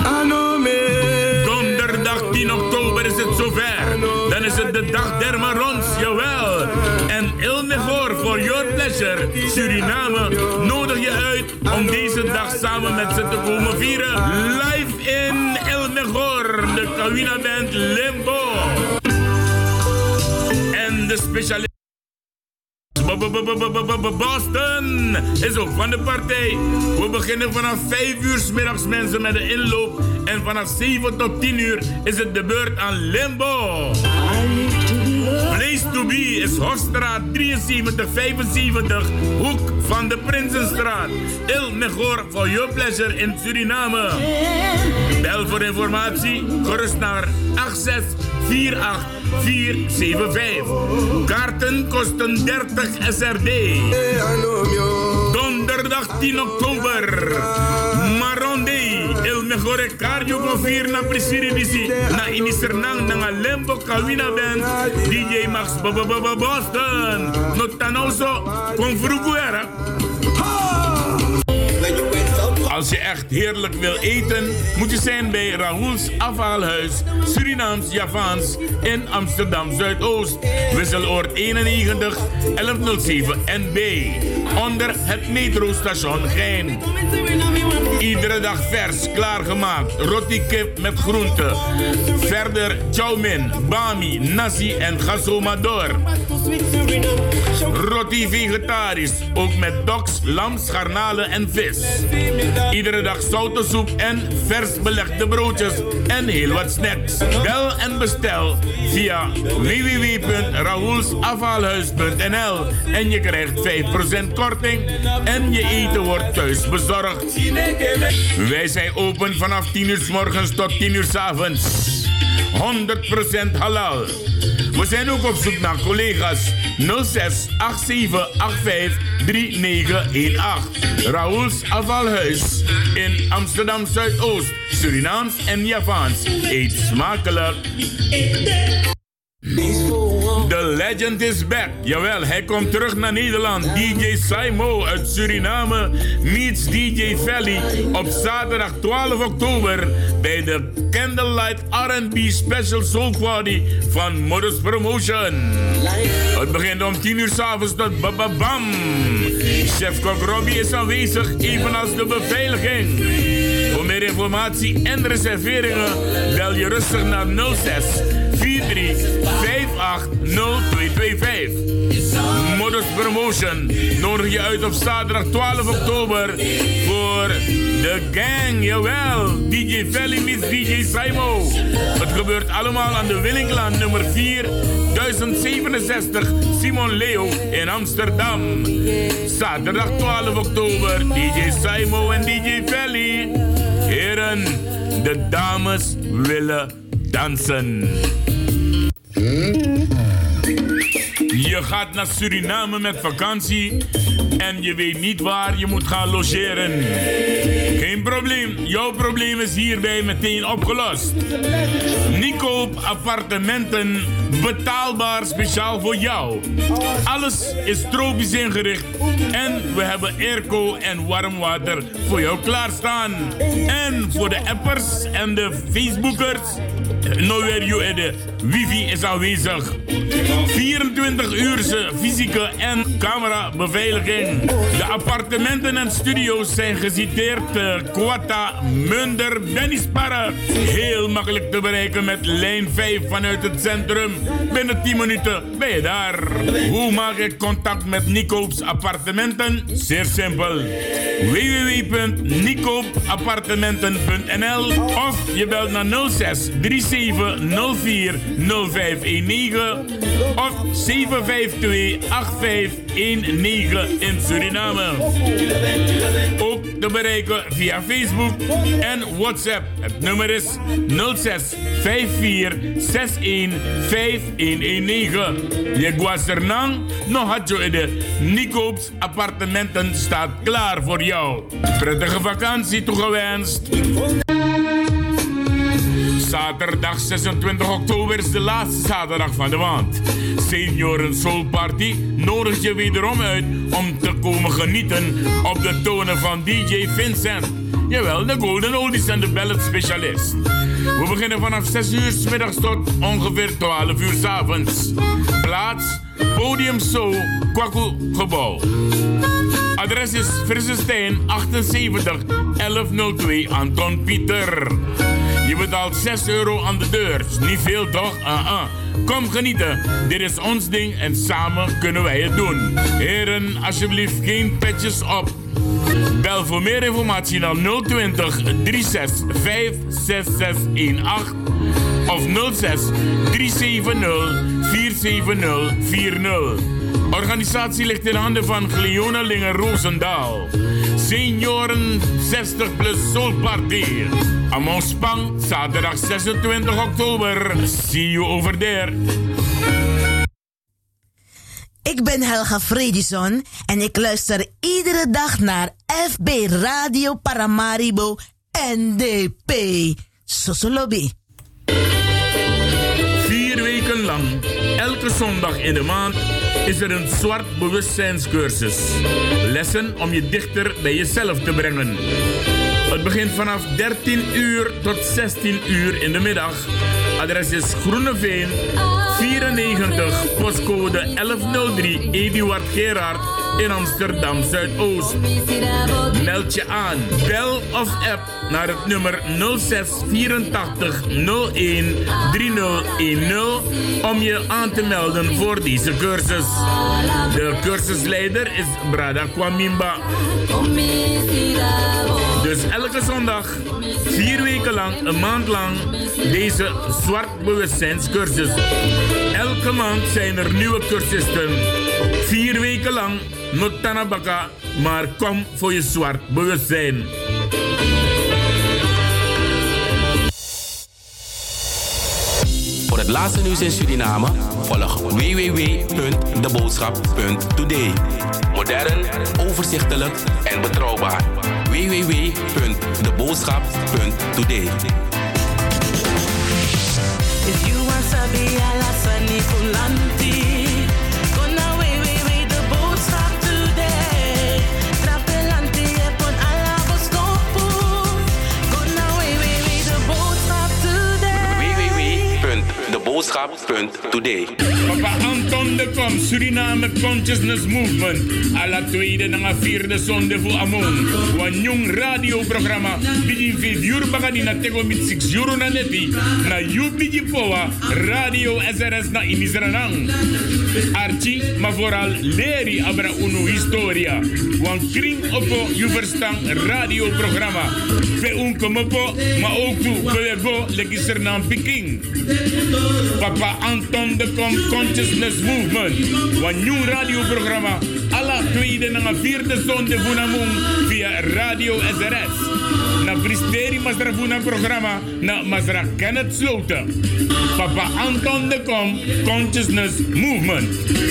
Donderdag 10 oktober is het zover. Dan is het de dag der Marons, jawel. En Il Mejor for Your Pleasure, Suriname, nodig je uit om deze dag samen met ze te komen vieren. Live in Il Mejor, de Kawina Band Limbo. En de specialist Boston is ook van de partij. We beginnen vanaf 5 uur 's middags mensen met de inloop. En vanaf 7 tot 10 uur is het de beurt aan Limbo. Place to be is Hofstraat 7375, hoek van de Prinsenstraat. Il Mejor for Your Pleasure in Suriname. Bel voor informatie gerust naar 8648-475. Kaarten kosten 30 SRD. Donderdag 10 oktober. Maronde. Il Mejor Cardio Confier na Prisiribisi. Na Inisernang na Lembo Kawina Band. DJ Max Boston. Notanoso Confruguera. Als je echt heerlijk wil eten, moet je zijn bij Raoul's Afhaalhuis, Surinaams-Javaans in Amsterdam Zuidoost. Wisseloord 91 1107 NB. Onder het metrostation Gein. Iedere dag vers, klaargemaakt. Roti kip met groenten. Verder chow mein, bami, nasi en gazomador. Roti vegetarisch, ook met doks, lams, garnalen en vis. Iedere dag zoute soep en vers belegde broodjes en heel wat snacks. Bel en bestel via www.raoulsafhaalhuis.nl en je krijgt 5% korting en je eten wordt thuis bezorgd. Wij zijn open vanaf 10 uur 's morgens tot 10 uur 's avonds. 100% halal. We zijn ook op zoek naar collega's. 06 87 85 3918. Raoul's Afvalhuis in Amsterdam Zuidoost. Surinaams en Javaans. Eet smakelijk. The legend is back. Jawel, hij komt terug naar Nederland. DJ Saimo uit Suriname meets DJ Valley op zaterdag 12 oktober bij de Candlelight R&B Special Soul Party van Modus Promotion. Het begint om 10 uur 's avonds tot bababam. Chef-kok Robbie is aanwezig, evenals de beveiliging. Voor meer informatie en reserveringen bel je rustig naar 06 43 58 0225. Modus Promotion nodig je uit op zaterdag 12 oktober voor de gang, jawel. DJ Valley meets DJ Saimo. Het gebeurt allemaal aan de Willinglaan nummer 4, 1067 Simon Leo in Amsterdam. Zaterdag 12 oktober, DJ Saimo en DJ Valley. Heren, de dames willen dansen. Je gaat naar Suriname met vakantie en je weet niet waar je moet gaan logeren. Geen probleem, jouw probleem is hierbij meteen opgelost. Nicoop appartementen, betaalbaar speciaal voor jou. Alles is tropisch ingericht en we hebben airco en warm water voor jou klaarstaan. En voor de appers en de Facebookers, Nowhere You en de wifi is aanwezig. 24 uurse fysieke en camerabeveiliging. De appartementen en studio's zijn geciteerd Quatta, Munder, Bennisparre. Heel makkelijk te bereiken met lijn 5 vanuit het centrum. Binnen 10 minuten ben je daar. Hoe maak ik contact met Nicoop's appartementen? Zeer simpel. www.nicoopappartementen.nl of je belt naar 06 37 04 0519 of 752 8519 in Suriname. Ook te bereiken via Facebook en WhatsApp. Het nummer is 06 54 61 5119. Je guasernang no hadjo ede. Nicoop's appartementen staat klaar voor jou. Prettige vakantie toegewenst. Zaterdag 26 oktober is de laatste zaterdag van de maand. Senioren Soul Party nodigt je wederom uit om te komen genieten op de tonen van DJ Vincent. Jawel, de Golden Oldies en de Ballad Specialist. We beginnen vanaf 6 uur 's middags tot ongeveer 12 uur 's avonds. Plaats, Podium Zo, Kwaku Gebouw. Adres is Frissestein 78 1102 Anton Pieter. Je betaalt €6 aan de deur. Is niet veel toch? Kom genieten. Dit is ons ding en samen kunnen wij het doen. Heren, alsjeblieft geen petjes op. Bel voor meer informatie naar 020 36 56618 of 06 370 47040. Organisatie ligt in handen van Gleona Linger Roosendaal. Senioren 60 plus Soul Party. Among Spang, zaterdag 26 oktober. See you over there. Ik ben Helga Fredison en ik luister iedere dag naar FB Radio Paramaribo NDP. Sosolobi. 4 weken lang, elke zondag in de maand, is er een zwart bewustzijnscursus. Lessen om je dichter bij jezelf te brengen. Het begint vanaf 13 uur tot 16 uur in de middag. Adres is Groeneveen 94, postcode 1103 Eduard Gerard in Amsterdam Zuidoost. Meld je aan, bel of app naar het nummer 06 84 01 3010 om je aan te melden voor deze cursus. De cursusleider is Brada Kwamimba. Dus elke zondag, 4 weken lang, een maand lang, deze zwart bewustzijnscursus. Elke maand zijn er nieuwe cursisten. 4 weken lang, Notanabaka, maar kom voor je zwart bewustzijn. Voor het laatste nieuws in Suriname, volg www.deboodschap.today. Modern, overzichtelijk en betrouwbaar. www.deboodschap.today. If you want sabi ala sani kulanti, go na the boodschap today. Trapelanti epon ala boskopu, go na the boodschap today. www.deboodschap.today. Papa Anton de Kom, Suriname Consciousness Movement. Alla tweede en vierde zonde voor Amon. Wan jong radioprogramma. Begin 5 uur bagani na tego met 6 uur na neti. Na you bigi poa. Radio SRS na Inisranang. Archie, maar vooral leri abra uno historia. Wan kring oppo you verstaan radioprogramma. Pe unkomopo, maar ook toe. Pe go legisernam Peking. Papa Anton de Kom Consciousness Movement. Wan nieuw radioprogramma. Alla tweede en vierde zonde Vunamung via Radio SRS. Na Bristeri Masra Vuna programma na Masra Kenneth Sloten. Papa Anton de Kom Consciousness Movement.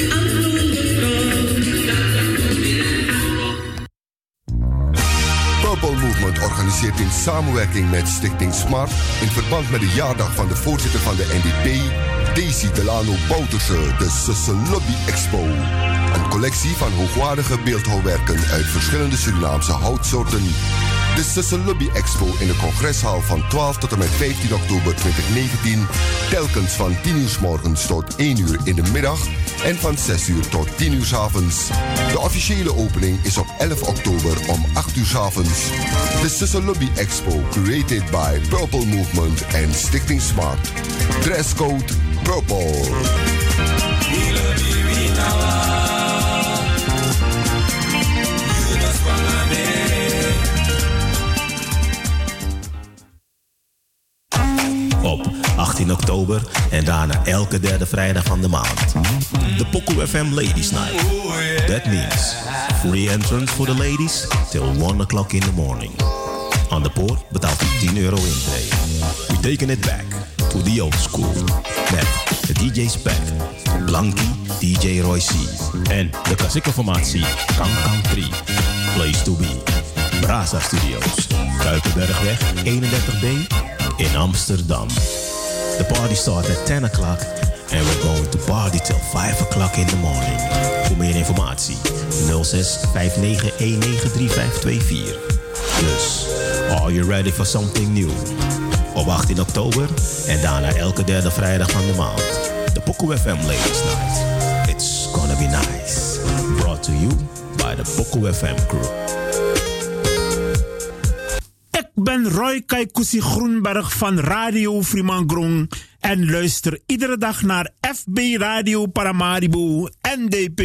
Purple Movement organiseert in samenwerking met Stichting Smart in verband met de jaardag van de voorzitter van de NDP, Daisy Delano Bouterse, de Sosolobi Expo. Een collectie van hoogwaardige beeldhouwwerken uit verschillende Surinaamse houtsoorten. De Sosolobi Expo in de congreshal van 12 tot en met 15 oktober 2019, telkens van 10 uur 's morgens tot 1 uur in de middag en van 6 uur tot 10 uur 's avonds. De officiële opening is op 11 oktober om 8 uur 's avonds. De Sosolobi Expo, created by Purple Movement en Stichting Smart. Dresscode Purple. Op 18 oktober en daarna elke derde vrijdag van de maand. De Poco FM Ladies Night. That means free entrance for the ladies till 1 o'clock in the morning. Aan de poort betaalt u €10 intree. We taken it back to the old school. Met de DJ Spec, Blanky, DJ Roy C. En de klassieke formatie Kang 3. Place to be. Brasa Studios, Kuikenbergweg 31B in Amsterdam. The party starts at 10 o'clock and we're going to party till 5 o'clock in the morning. Voor meer informatie 06 59 193524. Dus Are you ready for something new? Op 18 oktober en daarna elke derde vrijdag van de maand. De Poku FM Ladies Night. It's gonna be nice. Brought to you by the Poku FM crew. Ik ben Roy Kaikusi Groenberg van Radio Frimangrong en luister iedere dag naar FB Radio Paramaribo NDP.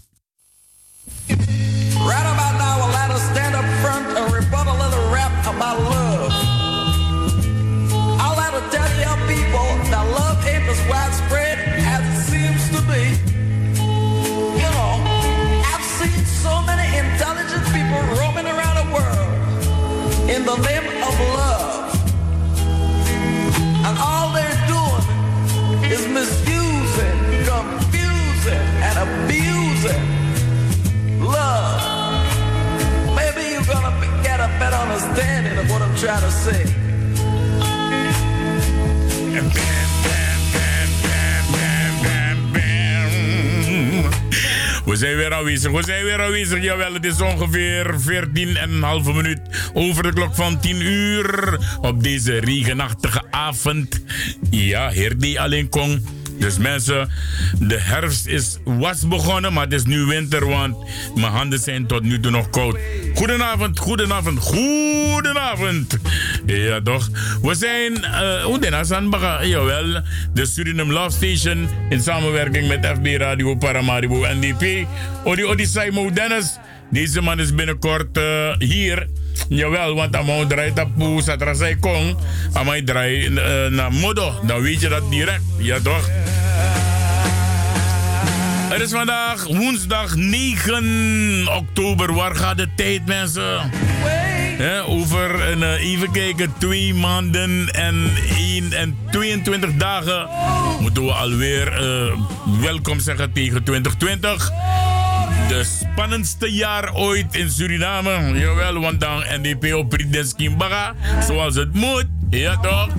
Right about now, I'll let us stand up front and rebut a little rap about love. I'll let her tell you people that love ain't as widespread as it seems to be. You know, I've seen so many intelligent people roaming around the world in the name of love. And all they're doing is misusing, confusing, and abusing love. Maybe you're gonna get a better understanding of what I'm trying to say. We zijn weer aanwezig. Jawel, het is ongeveer 14,5 minuut over de klok van 10 uur op deze regenachtige avond. Ja, heer die alleen kon. Dus mensen, de herfst was begonnen, maar het is nu winter, want mijn handen zijn tot nu toe nog koud. Goedenavond. Ja, toch? We zijn, jawel, de Suriname Love Station in samenwerking met FB Radio Paramaribo NDP. Odi Saimo Dennis, deze man is binnenkort hier. Jawel, want Amau draait op Poe, Satrasai Kong. Amai draait naar Modo, dan weet je dat direct. Ja, toch? Het is vandaag woensdag 9 oktober. Waar gaat de tijd, mensen? Over even kijken, 2 maanden en 22 dagen moeten we alweer welkom zeggen tegen 2020. De spannendste jaar ooit in Suriname. Jawel, want dan NDP op Presidentskim Baga. Zoals het moet. Ja, toch?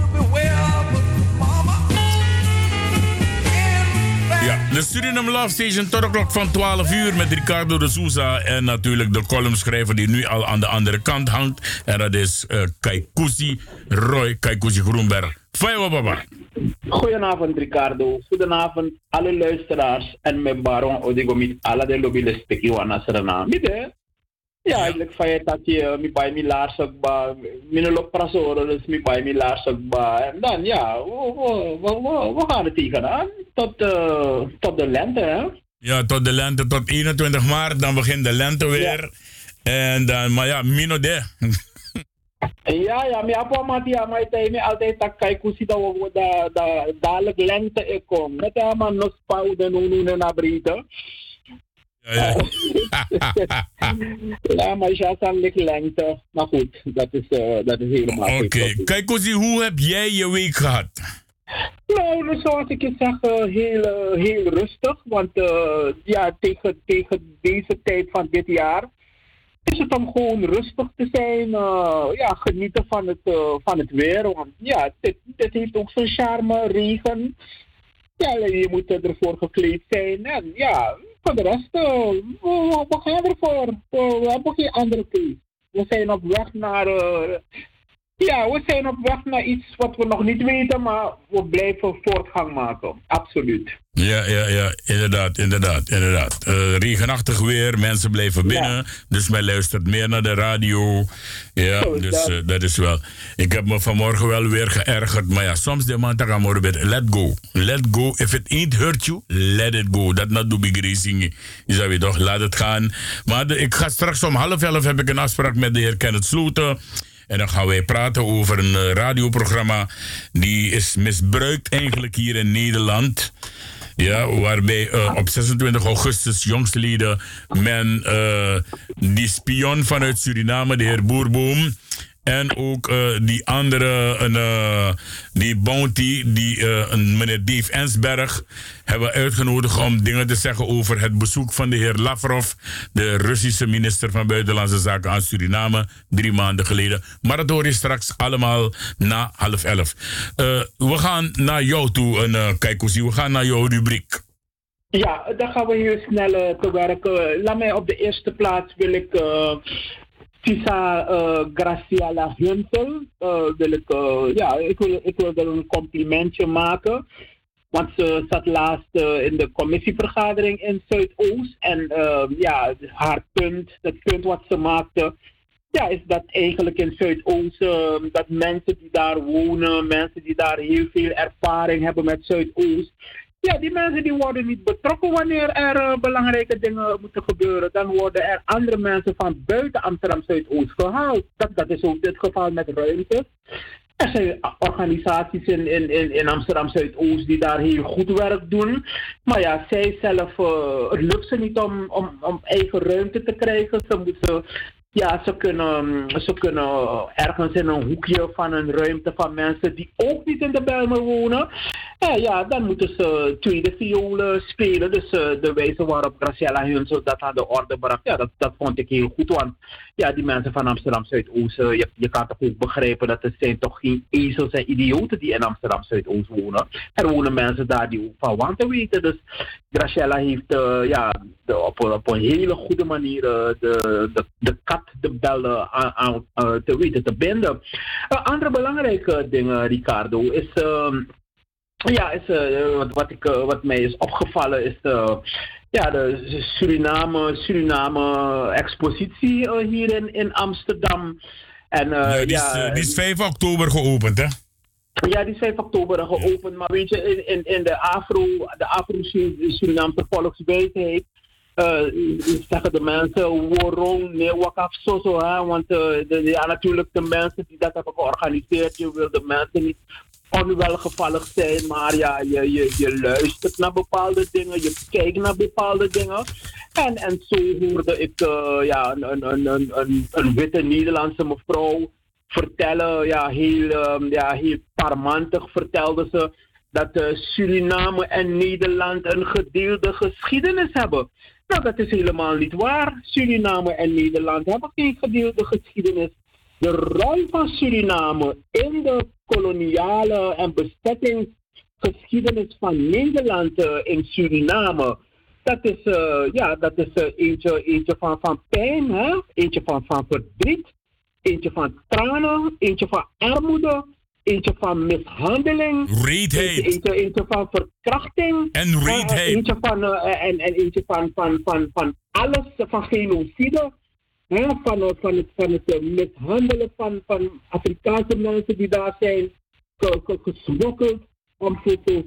Ja, de Suriname Love Station tot de klok van 12 uur met Ricardo de Souza. En natuurlijk de columnschrijver die nu al aan de andere kant hangt. En dat is Roy Kaikusi Groenberg. Fijne papa. Goedenavond Ricardo. Goedenavond alle luisteraars. En mijn baron odigomit alle de lobbyles teki wana serena. Mide? Ja, eigenlijk feit dat je mi bij mi laarsok ba. Minulop prasoro dus mi bij mi laarsok ba. En dan ja, we gaan het tegenaan. Tot de lente, hè? Ja, tot de lente, tot 21 maart. Dan begint de lente weer. Ja. En dan, maar ja, mino de. Ja, maar op Matia, maar ik altijd dat Kaikusi dat dadelijk lente ik kom. Met een man nog spouwen en naar Britten. Ja. Ja, maar ja, dan ligt lengte. Maar goed, dat is helemaal Oké, Kaikusi, hoe heb jij je week gehad? Nou, zoals ik je zeg, heel rustig. Want ja, tegen deze tijd van dit jaar is het om gewoon rustig te zijn. Ja, genieten van het weer. Want ja, dit heeft ook zijn charme, regen. Ja, je moet ervoor gekleed zijn. En ja, voor de rest, we gaan ervoor. We hebben geen andere keus. We zijn op weg naar... we zijn op weg naar iets wat we nog niet weten, maar we blijven voortgang maken. Absoluut. Ja, inderdaad. Regenachtig weer, mensen blijven binnen, ja. Dus men luistert meer naar de radio. Ja, dus dat is wel... Ik heb me vanmorgen wel weer geërgerd, maar ja, soms de man gaat maar bij let go. Let go. If it ain't hurt you, let it go. Dat not do big racing. Je zou je toch, laat het gaan. Maar ik ga straks om 10:30 heb ik een afspraak met de heer Kenneth Sloten. En dan gaan wij praten over een radioprogramma die is misbruikt eigenlijk hier in Nederland. Ja, waarbij op 26 augustus jongstleden men die spion vanuit Suriname, de heer Boerboom, en ook die andere, die bounty, meneer Dave Ensberg, hebben uitgenodigd om dingen te zeggen over het bezoek van de heer Lavrov, de Russische minister van Buitenlandse Zaken aan Suriname, 3 maanden geleden. Maar dat hoor je straks allemaal na 10:30. We gaan naar jou toe, Kaikusi. We gaan naar jouw rubriek. Ja, dan gaan we heel snel te werken. Laat mij op de eerste plaats wil ik Tisa Graciela Hunsel ik wil er een complimentje maken. Want ze zat laatst in de commissievergadering in Zuidoost. En het punt wat ze maakte, is dat eigenlijk in Zuidoost, dat mensen die daar wonen, mensen die daar heel veel ervaring hebben met Zuidoost, die mensen die worden niet betrokken wanneer er belangrijke dingen moeten gebeuren. Dan worden er andere mensen van buiten Amsterdam Zuidoost gehaald. Dat is ook dit geval met ruimte. Er zijn organisaties in Amsterdam Zuidoost die daar heel goed werk doen. Maar zij zelf, het lukt ze niet om eigen ruimte te krijgen. Ze kunnen ergens in een hoekje van een ruimte van mensen die ook niet in de Bijlmer wonen. Dan moeten ze tweede violen spelen. Dus de wijze waarop Graciela Hunsel dat aan de orde bracht, dat vond ik heel goed. Want die mensen van Amsterdam Zuidoost, je kan toch ook begrijpen dat het zijn toch geen ezels en idioten die in Amsterdam Zuidoost wonen. Er wonen mensen daar die ook van wanten weten. Dus Graciela heeft op een hele goede manier de kat, de bellen aan te weten te binden. Een andere belangrijke ding, Ricardo, is wat mij is opgevallen is de Suriname expositie hier in Amsterdam. En, die is 5 oktober geopend, hè? Ja, die is 5 oktober geopend. Maar weet je, in de Afro-Surinaamse volkswijsheid zeggen de mensen, waarom nee, wakaf zo, want natuurlijk de mensen die dat hebben georganiseerd, je wil de mensen niet onwelgevallig zijn, maar je luistert naar bepaalde dingen, je kijkt naar bepaalde dingen. En zo hoorde ik een witte Nederlandse mevrouw vertellen, heel parmantig vertelde ze dat Suriname en Nederland een gedeelde geschiedenis hebben. Nou, dat is helemaal niet waar. Suriname en Nederland hebben geen gedeelde geschiedenis. De rol van Suriname in de koloniale en bezettingsgeschiedenis van Nederland in Suriname, dat is eentje van pijn, hè? Eentje van verdriet, eentje van tranen, eentje van armoede, eentje van mishandeling, eentje van verkrachting, en eentje van alles, van genocide. Van het mishandelen van Afrikaanse mensen die daar zijn gesmokkeld om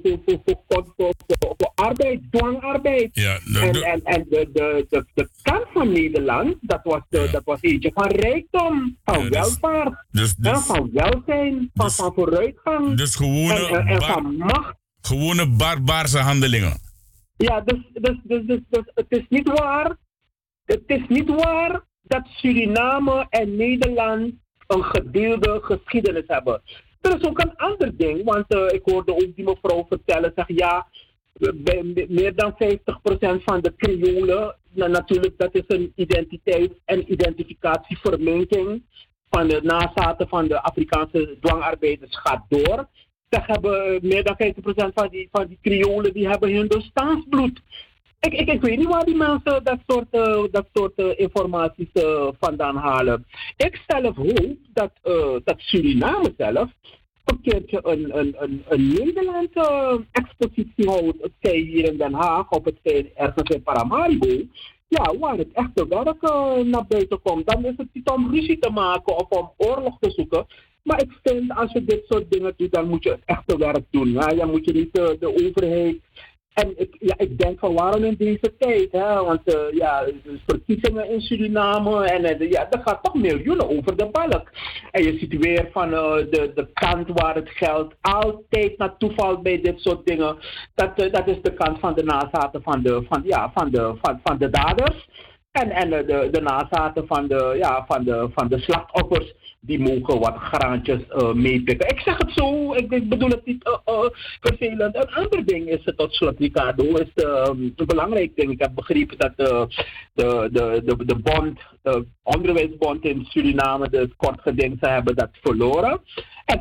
voor arbeid, dwangarbeid. Ja, en de kant van Nederland, dat was eentje van rijkdom, van welvaart, van welzijn, van vooruitgang. Dus en van macht. Gewone barbaarse handelingen. Ja, dus het is niet waar. Het is niet waar dat Suriname en Nederland een gedeelde geschiedenis hebben. Er is ook een ander ding, want ik hoorde ook die mevrouw vertellen, meer dan 50% van de Creolen, natuurlijk dat is een identiteit- en identificatieverminking van de nazaten van de Afrikaanse dwangarbeiders gaat door. Meer dan 50% van die Creolen die hebben Hindoestaans bloed. Ik weet niet waar die mensen dat soort informaties vandaan halen. Ik zelf hoop dat Suriname zelf een keertje een Nederlandse expositie houdt. Het zij hier in Den Haag of het zij ergens in Paramaribo. Ja, waar het echte werk naar buiten komt. Dan is het niet om ruzie te maken of om oorlog te zoeken. Maar ik vind, als je dit soort dingen doet, dan moet je het echte werk doen. Ja? Dan moet je niet de overheid. En ik denk van waarom in deze tijd, hè? Want verkiezingen in Suriname en er gaat toch miljoenen over de balk. En je ziet weer van de kant waar het geld altijd naartoe valt bij dit soort dingen. Dat is de kant van de nazaten van de daders. En de nazaten van de slachtoffers, die mogen wat graantjes meepikken. Ik zeg het zo, ik bedoel het niet vervelend. Een ander ding is tot slot, Ricardo, is een belangrijk ding. Ik heb begrepen dat de bond, de onderwijsbond in Suriname, het kort geding, ze hebben dat verloren. En terecht,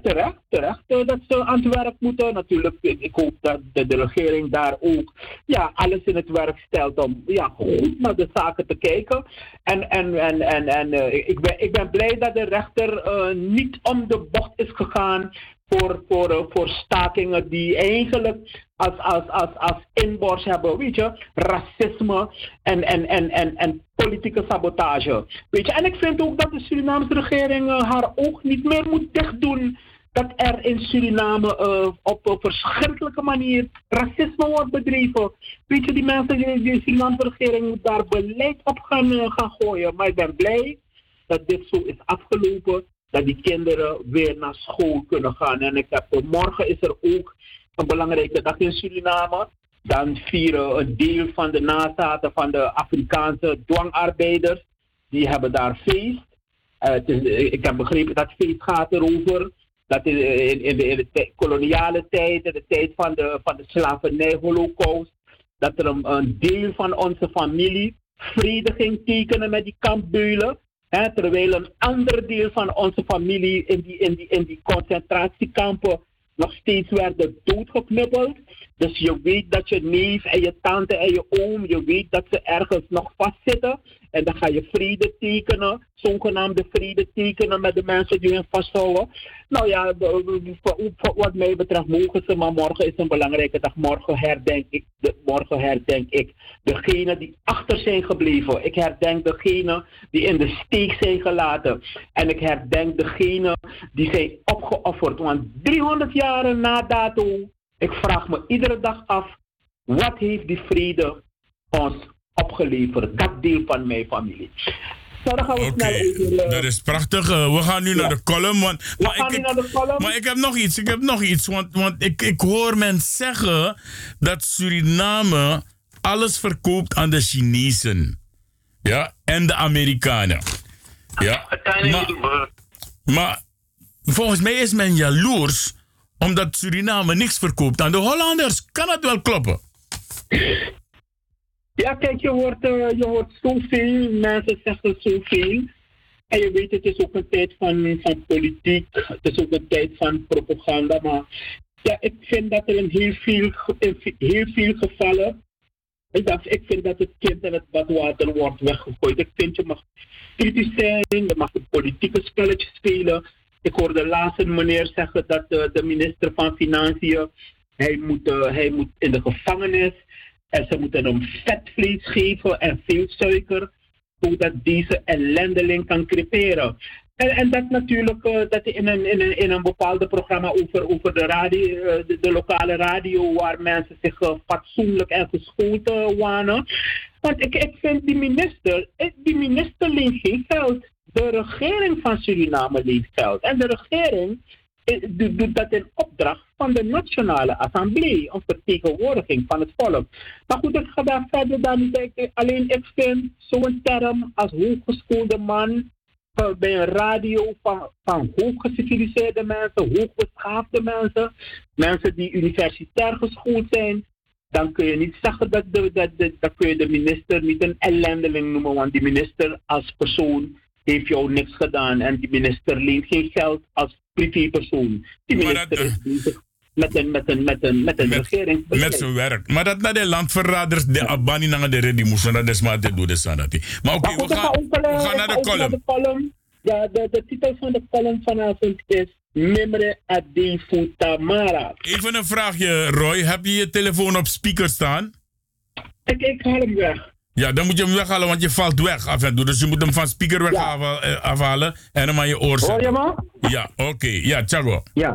terecht dat ze aan het werk moeten. Natuurlijk, ik hoop dat de regering daar ook alles in het werk stelt om goed naar de zaken te kijken. Ik ben blij dat de rechter niet om de bocht is gegaan voor stakingen die eigenlijk als inborst hebben, weet je, racisme en politieke sabotage. Weet je, en ik vind ook dat de Surinaamse regering haar oog niet meer moet dichtdoen dat er in Suriname op een verschrikkelijke manier racisme wordt bedreven. Weet je, die mensen, de Surinaamse regering moet daar beleid op gaan gooien. Maar ik ben blij dat dit zo is afgelopen, dat die kinderen weer naar school kunnen gaan. En morgen is er ook een belangrijke dag in Suriname. Dan vieren een deel van de nazaten van de Afrikaanse dwangarbeiders. Die hebben daar feest. Ik heb begrepen dat feest gaat erover. Dat in de koloniale tijd, in de tijd van de slavernij-holocaust, dat er een deel van onze familie vrede ging tekenen met die kampbeulen. Terwijl een ander deel van onze familie in die concentratiekampen nog steeds werden doodgeknuppeld. Dus je weet dat je neef en je tante en je oom, je weet dat ze ergens nog vastzitten. En dan ga je vrede tekenen, zogenaamde vrede tekenen met de mensen die hen vasthouden. Nou ja, wat mij betreft mogen ze, maar morgen is een belangrijke dag. Morgen herdenk ik degenen die achter zijn gebleven. Ik herdenk degenen die in de steek zijn gelaten. En ik herdenk degenen die zijn opgeofferd. Want 300 jaren na dato, ik vraag me iedere dag af, wat heeft die vrede ons opgeleverd? Dat deel van mijn familie. Zo, dan gaan we snel over. Dat is prachtig. We gaan nu naar de column. Maar ik heb nog iets. Want ik hoor men zeggen dat Suriname alles verkoopt aan de Chinezen. Ja, en de Amerikanen. Ja. Maar volgens mij is men jaloers omdat Suriname niks verkoopt aan de Hollanders. Kan dat wel kloppen? Ja, kijk, je hoort zoveel, mensen zeggen zoveel. En je weet, het is ook een tijd van politiek, het is ook een tijd van propaganda. Maar ja, ik vind dat er in heel veel gevallen, ik vind dat het kind in het badwater wordt weggegooid. Ik vind, je mag kritisch zijn, je mag een politieke spelletje spelen. Ik hoorde laatst een meneer zeggen dat de minister van Financiën, hij moet in de gevangenis. En ze moeten hem vetvlees geven en veel suiker, zodat deze ellendeling kan creperen. En dat natuurlijk dat in een bepaalde programma over de radio, de lokale radio, waar mensen zich fatsoenlijk en geschoold wanen. Want ik vind die minister leent geen geld. De regering van Suriname leent geld. En de regering doet dat in opdracht van de Nationale Assemblée, een vertegenwoordiging van het volk. Maar goed, ik ga daar verder dan niet. Alleen ik vind zo'n term als hooggeschoolde man bij een radio van hooggeciviliseerde mensen, hoogbeschaafde mensen, mensen die universitair geschoold zijn, dan kun je niet zeggen dat kun je de minister niet een ellendeling noemen, want die minister als persoon heeft jou niks gedaan en die minister leent geen geld als privépersoon. Die minister is bezig met een regering. Met zijn werk. Maar dat naar de landverraders, de Abani naar de Redi moesten, dat is maar te doen. Maar oké, we gaan naar de column. Ja, de titel van de column vanavond is Memre Adi Futamara. Even een vraagje, Roy. Heb je je telefoon op speaker staan? Ik haal hem weg. Ja, dan moet je hem weghalen, want je valt weg af en toe. Dus je moet hem van speaker weg afhalen en hem aan je oor zetten. Hoor je me? Ja, oké. Ja, Thiago. Ja.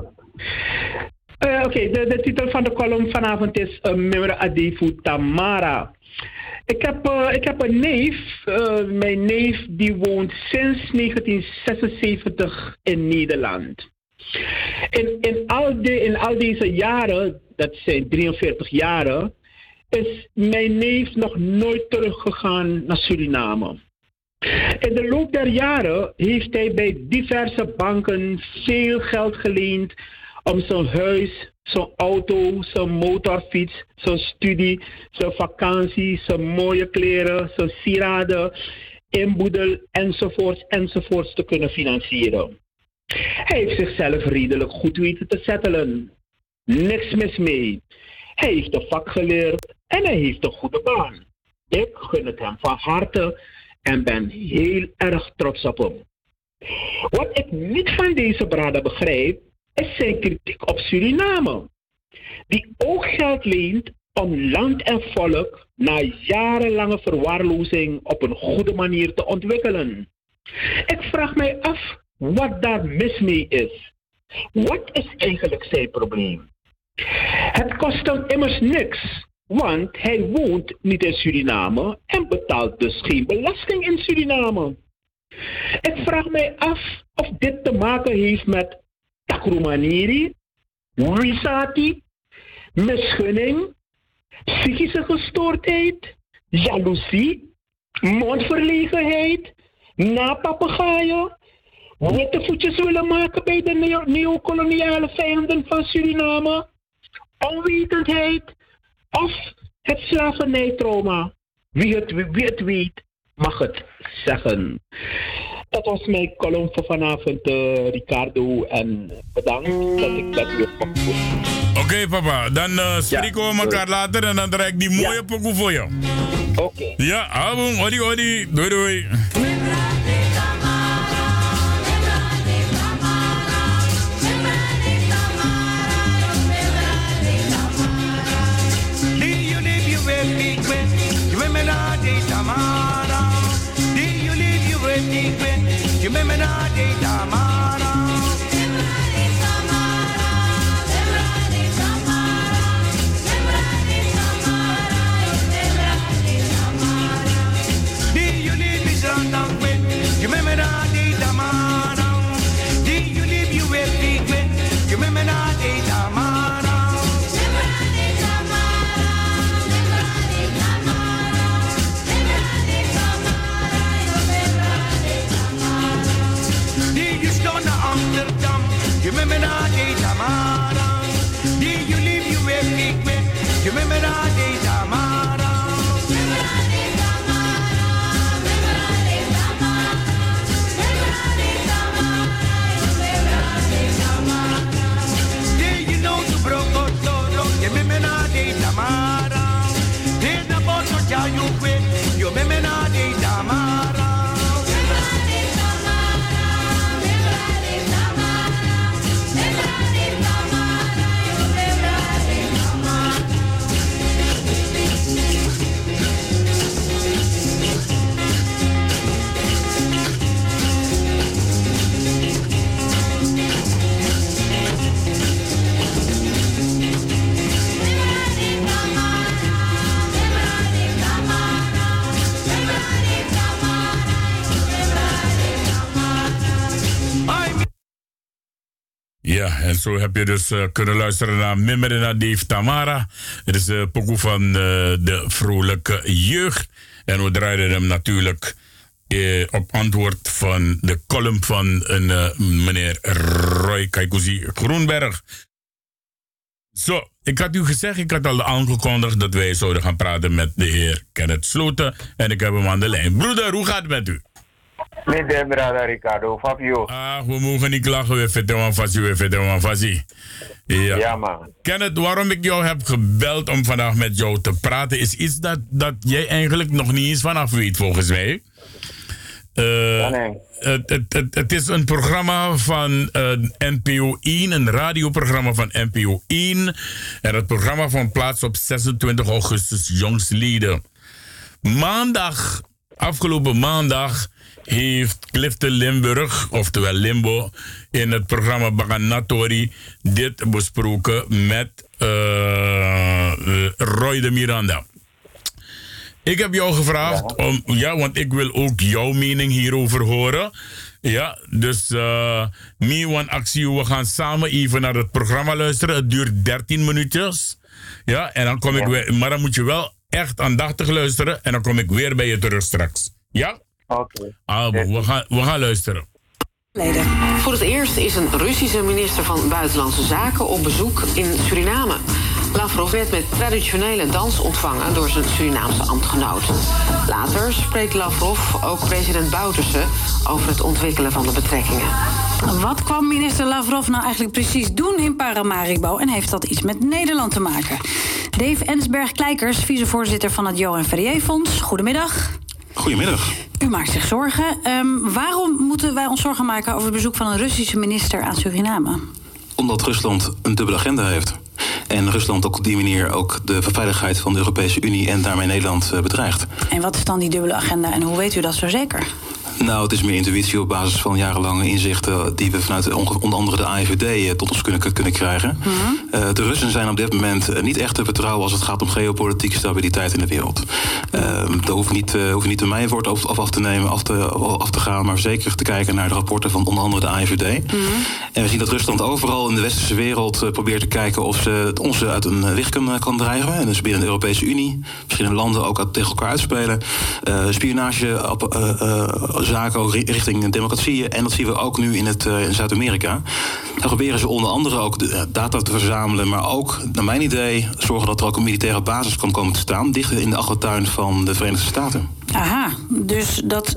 Oké, de titel van de column vanavond is Memre Adi Futamara. Ik heb een neef. Mijn neef die woont sinds 1976 in Nederland. In al deze jaren, dat zijn 43 jaren, is mijn neef nog nooit teruggegaan naar Suriname. In de loop der jaren heeft hij bij diverse banken veel geld geleend om zijn huis, zijn auto, zijn motorfiets, zijn studie, zijn vakantie, zijn mooie kleren, zijn sieraden, inboedel enzovoorts te kunnen financieren. Hij heeft zichzelf redelijk goed weten te settelen. Niks mis mee. Hij heeft een vak geleerd en hij heeft een goede baan. Ik gun het hem van harte en ben heel erg trots op hem. Wat ik niet van deze brada begrijp, is zijn kritiek op Suriname. Die ook geld leent om land en volk na jarenlange verwaarlozing op een goede manier te ontwikkelen. Ik vraag mij af wat daar mis mee is. Wat is eigenlijk zijn probleem? Het kost hem immers niks, want hij woont niet in Suriname en betaalt dus geen belasting in Suriname. Ik vraag mij af of dit te maken heeft met takroemaniri, wisati, misgunning, psychische gestoordheid, jaloezie, mondverlegenheid, napapagaaien, witte voetjes willen maken bij de neocoloniale vijanden van Suriname, onwetendheid of het slavernijtrauma. Wie het weet, mag het zeggen. Dat was mijn column voor vanavond, Ricardo. En bedankt dat ik dat weer mag doen. Oké, papa. Dan spreken we elkaar later en dan draai ik die mooie pokoe voor je. Oké. Ja, abon. Odi, odi. Doei, doei. Ja, en zo heb je dus kunnen luisteren naar Mimmerina Dave Tamara. Het is een pokoe van de vrolijke jeugd. En we draaiden hem natuurlijk op antwoord van de column van meneer Roy Kaikuzi Groenberg. Zo, ik had u gezegd, ik had al aangekondigd dat wij zouden gaan praten met de heer Kenneth Sloten. En ik heb hem aan de lijn. Broeder, hoe gaat het met u? Met de brother Ricardo, Fabio. We mogen niet klagen, we vertellen van Ja, man. Kenneth, waarom ik jou heb gebeld om vandaag met jou te praten, is iets dat jij eigenlijk nog niet eens vanaf weet, volgens mij. Het is een programma van NPO 1, een radioprogramma van NPO 1. En het programma vond plaats op 26 augustus jongstleden. Afgelopen maandag, heeft Clifton Limburg, oftewel Limbo, in het programma Baganatori dit besproken met Roy de Miranda. Ik heb jou gevraagd om, want ik wil ook jouw mening hierover horen. Ja, dus Miwan Actie, we gaan samen even naar het programma luisteren. Het duurt 13 minuutjes. Ja, en dan kom ik weer, maar dan moet je wel echt aandachtig luisteren en dan kom ik weer bij je terug straks. Ja? Oké. We gaan luisteren. Voor het eerst is een Russische minister van Buitenlandse Zaken op bezoek in Suriname. Lavrov werd met traditionele dans ontvangen door zijn Surinaamse ambtgenoot. Later spreekt Lavrov ook president Bouterse over het ontwikkelen van de betrekkingen. Wat kwam minister Lavrov nou eigenlijk precies doen in Paramaribo? En heeft dat iets met Nederland te maken? Dave Ensberg-Kleikers, vicevoorzitter van het Johan Ferrier Fonds. Goedemiddag. Goedemiddag. U maakt zich zorgen. Waarom moeten wij ons zorgen maken over het bezoek van een Russische minister aan Suriname? Omdat Rusland een dubbele agenda heeft. En Rusland ook op die manier ook de veiligheid van de Europese Unie en daarmee Nederland bedreigt. En wat is dan die dubbele agenda en hoe weet u dat zo zeker? Nou, het is meer intuïtie op basis van jarenlange inzichten die we vanuit onder andere de AIVD tot ons kunnen krijgen. Mm-hmm. De Russen zijn op dit moment niet echt te vertrouwen als het gaat om geopolitieke stabiliteit in de wereld. Daar hoef je niet door mijn woord af te nemen, af te gaan, maar zeker te kijken naar de rapporten van onder andere de AIVD. Mm-hmm. En we zien dat Rusland overal in de westerse wereld probeert te kijken of ze ons uit een licht kan dreigen. En dus binnen de Europese Unie, verschillende landen ook tegen elkaar uitspelen. Spionage zaken ook richting democratieën. En dat zien we ook nu in Zuid-Amerika. Daar proberen ze onder andere ook data te verzamelen, maar ook, naar mijn idee, zorgen dat er ook een militaire basis kan komen te staan, dicht in de achtertuin van de Verenigde Staten. Aha, dus dat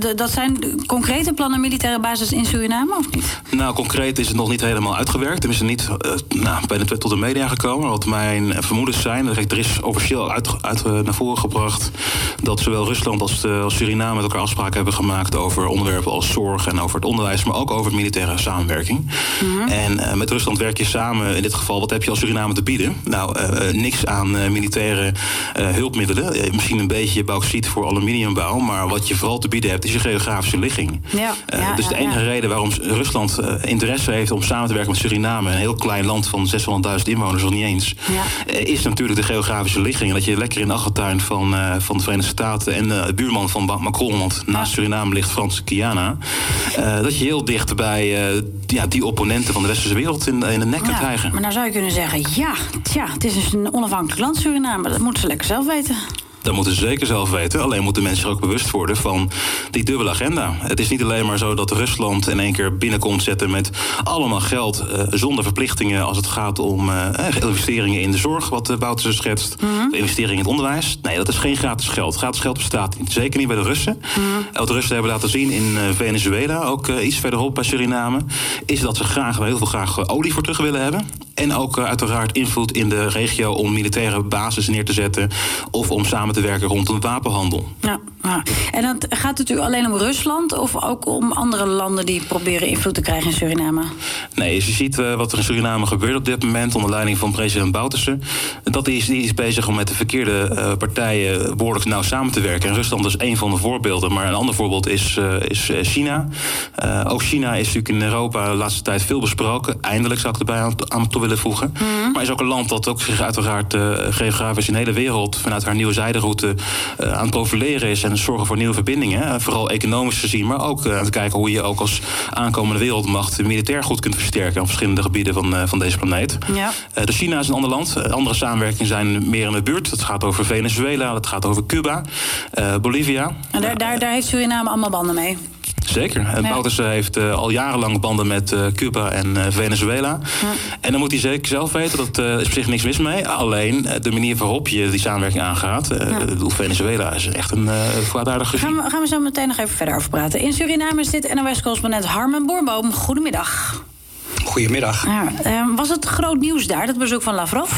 zijn concrete plannen, militaire basis in Suriname, of niet? Nou, concreet is het nog niet helemaal uitgewerkt. Er is niet tot de media gekomen. Wat mijn vermoedens zijn, er is officieel naar voren gebracht dat zowel Rusland als Suriname met elkaar afspraken hebben gemaakt over onderwerpen als zorg en over het onderwijs, maar ook over militaire samenwerking. Mm-hmm. En met Rusland werk je samen, in dit geval, wat heb je als Suriname te bieden? Nou, niks aan militaire hulpmiddelen. Misschien een beetje bauxiet voor aluminiumbouw, maar wat je vooral te bieden hebt is je geografische ligging. Dus de enige reden waarom Rusland interesse heeft om samen te werken met Suriname, een heel klein land van 600.000 inwoners, of niet eens, is natuurlijk de geografische ligging. Dat je lekker in de achtertuin van de Verenigde Staten en de buurman van Macron, want naast Suriname ligt Frans-Guyana, dat je heel dicht bij die opponenten van de westerse wereld in de nek kan krijgen. Maar nou zou je kunnen zeggen, het is dus een onafhankelijk land, Suriname. Dat moeten ze lekker zelf weten. Dat moeten ze zeker zelf weten. Alleen moeten mensen zich ook bewust worden van die dubbele agenda. Het is niet alleen maar zo dat Rusland in één keer binnenkomt zetten met allemaal geld zonder verplichtingen als het gaat om investeringen in de zorg, wat Bouterse schetst. Mm-hmm. Investeringen in het onderwijs. Nee, dat is geen gratis geld. Gratis geld bestaat niet. Zeker niet bij de Russen. Mm-hmm. Wat de Russen hebben laten zien in Venezuela, ook iets verderop bij Suriname, is dat ze heel graag olie voor terug willen hebben. En ook uiteraard invloed in de regio om militaire bases neer te zetten of om samen te werken rondom wapenhandel. Ja. En dan gaat het u alleen om Rusland of ook om andere landen die proberen invloed te krijgen in Suriname? Nee, je ziet wat er in Suriname gebeurt op dit moment onder leiding van president Bouterse. Die is bezig om met de verkeerde partijen behoorlijk nauw samen te werken. En Rusland is één van de voorbeelden, maar een ander voorbeeld is China. Ook China is natuurlijk in Europa de laatste tijd veel besproken. Eindelijk zou ik erbij aan toe willen voegen. Mm-hmm. Maar is ook een land dat ook zich uiteraard geografisch in de hele wereld vanuit haar nieuwe zijderoute aan het profileren is en zorgen voor nieuwe verbindingen. Vooral economisch gezien, maar ook aan het kijken hoe je ook als aankomende wereldmacht militair goed kunt versterken op verschillende gebieden van deze planeet. Ja. Dus China is een ander land. Andere samenwerkingen zijn meer in de buurt. Het gaat over Venezuela, het gaat over Cuba, Bolivia. En daar heeft Suriname allemaal banden mee? Zeker. En Bouterse heeft al jarenlang banden met Cuba en Venezuela. Ja. En dan moet hij zeker zelf weten, dat is op zich niks mis mee. Alleen de manier waarop je die samenwerking aangaat. Venezuela is echt een kwaadaardig regime. Gaan we zo meteen nog even verder over praten. In Suriname is dit NOS-correspondent Harmen Boerboom. Goedemiddag. Goedemiddag. Was het groot nieuws daar, dat bezoek van Lavrov?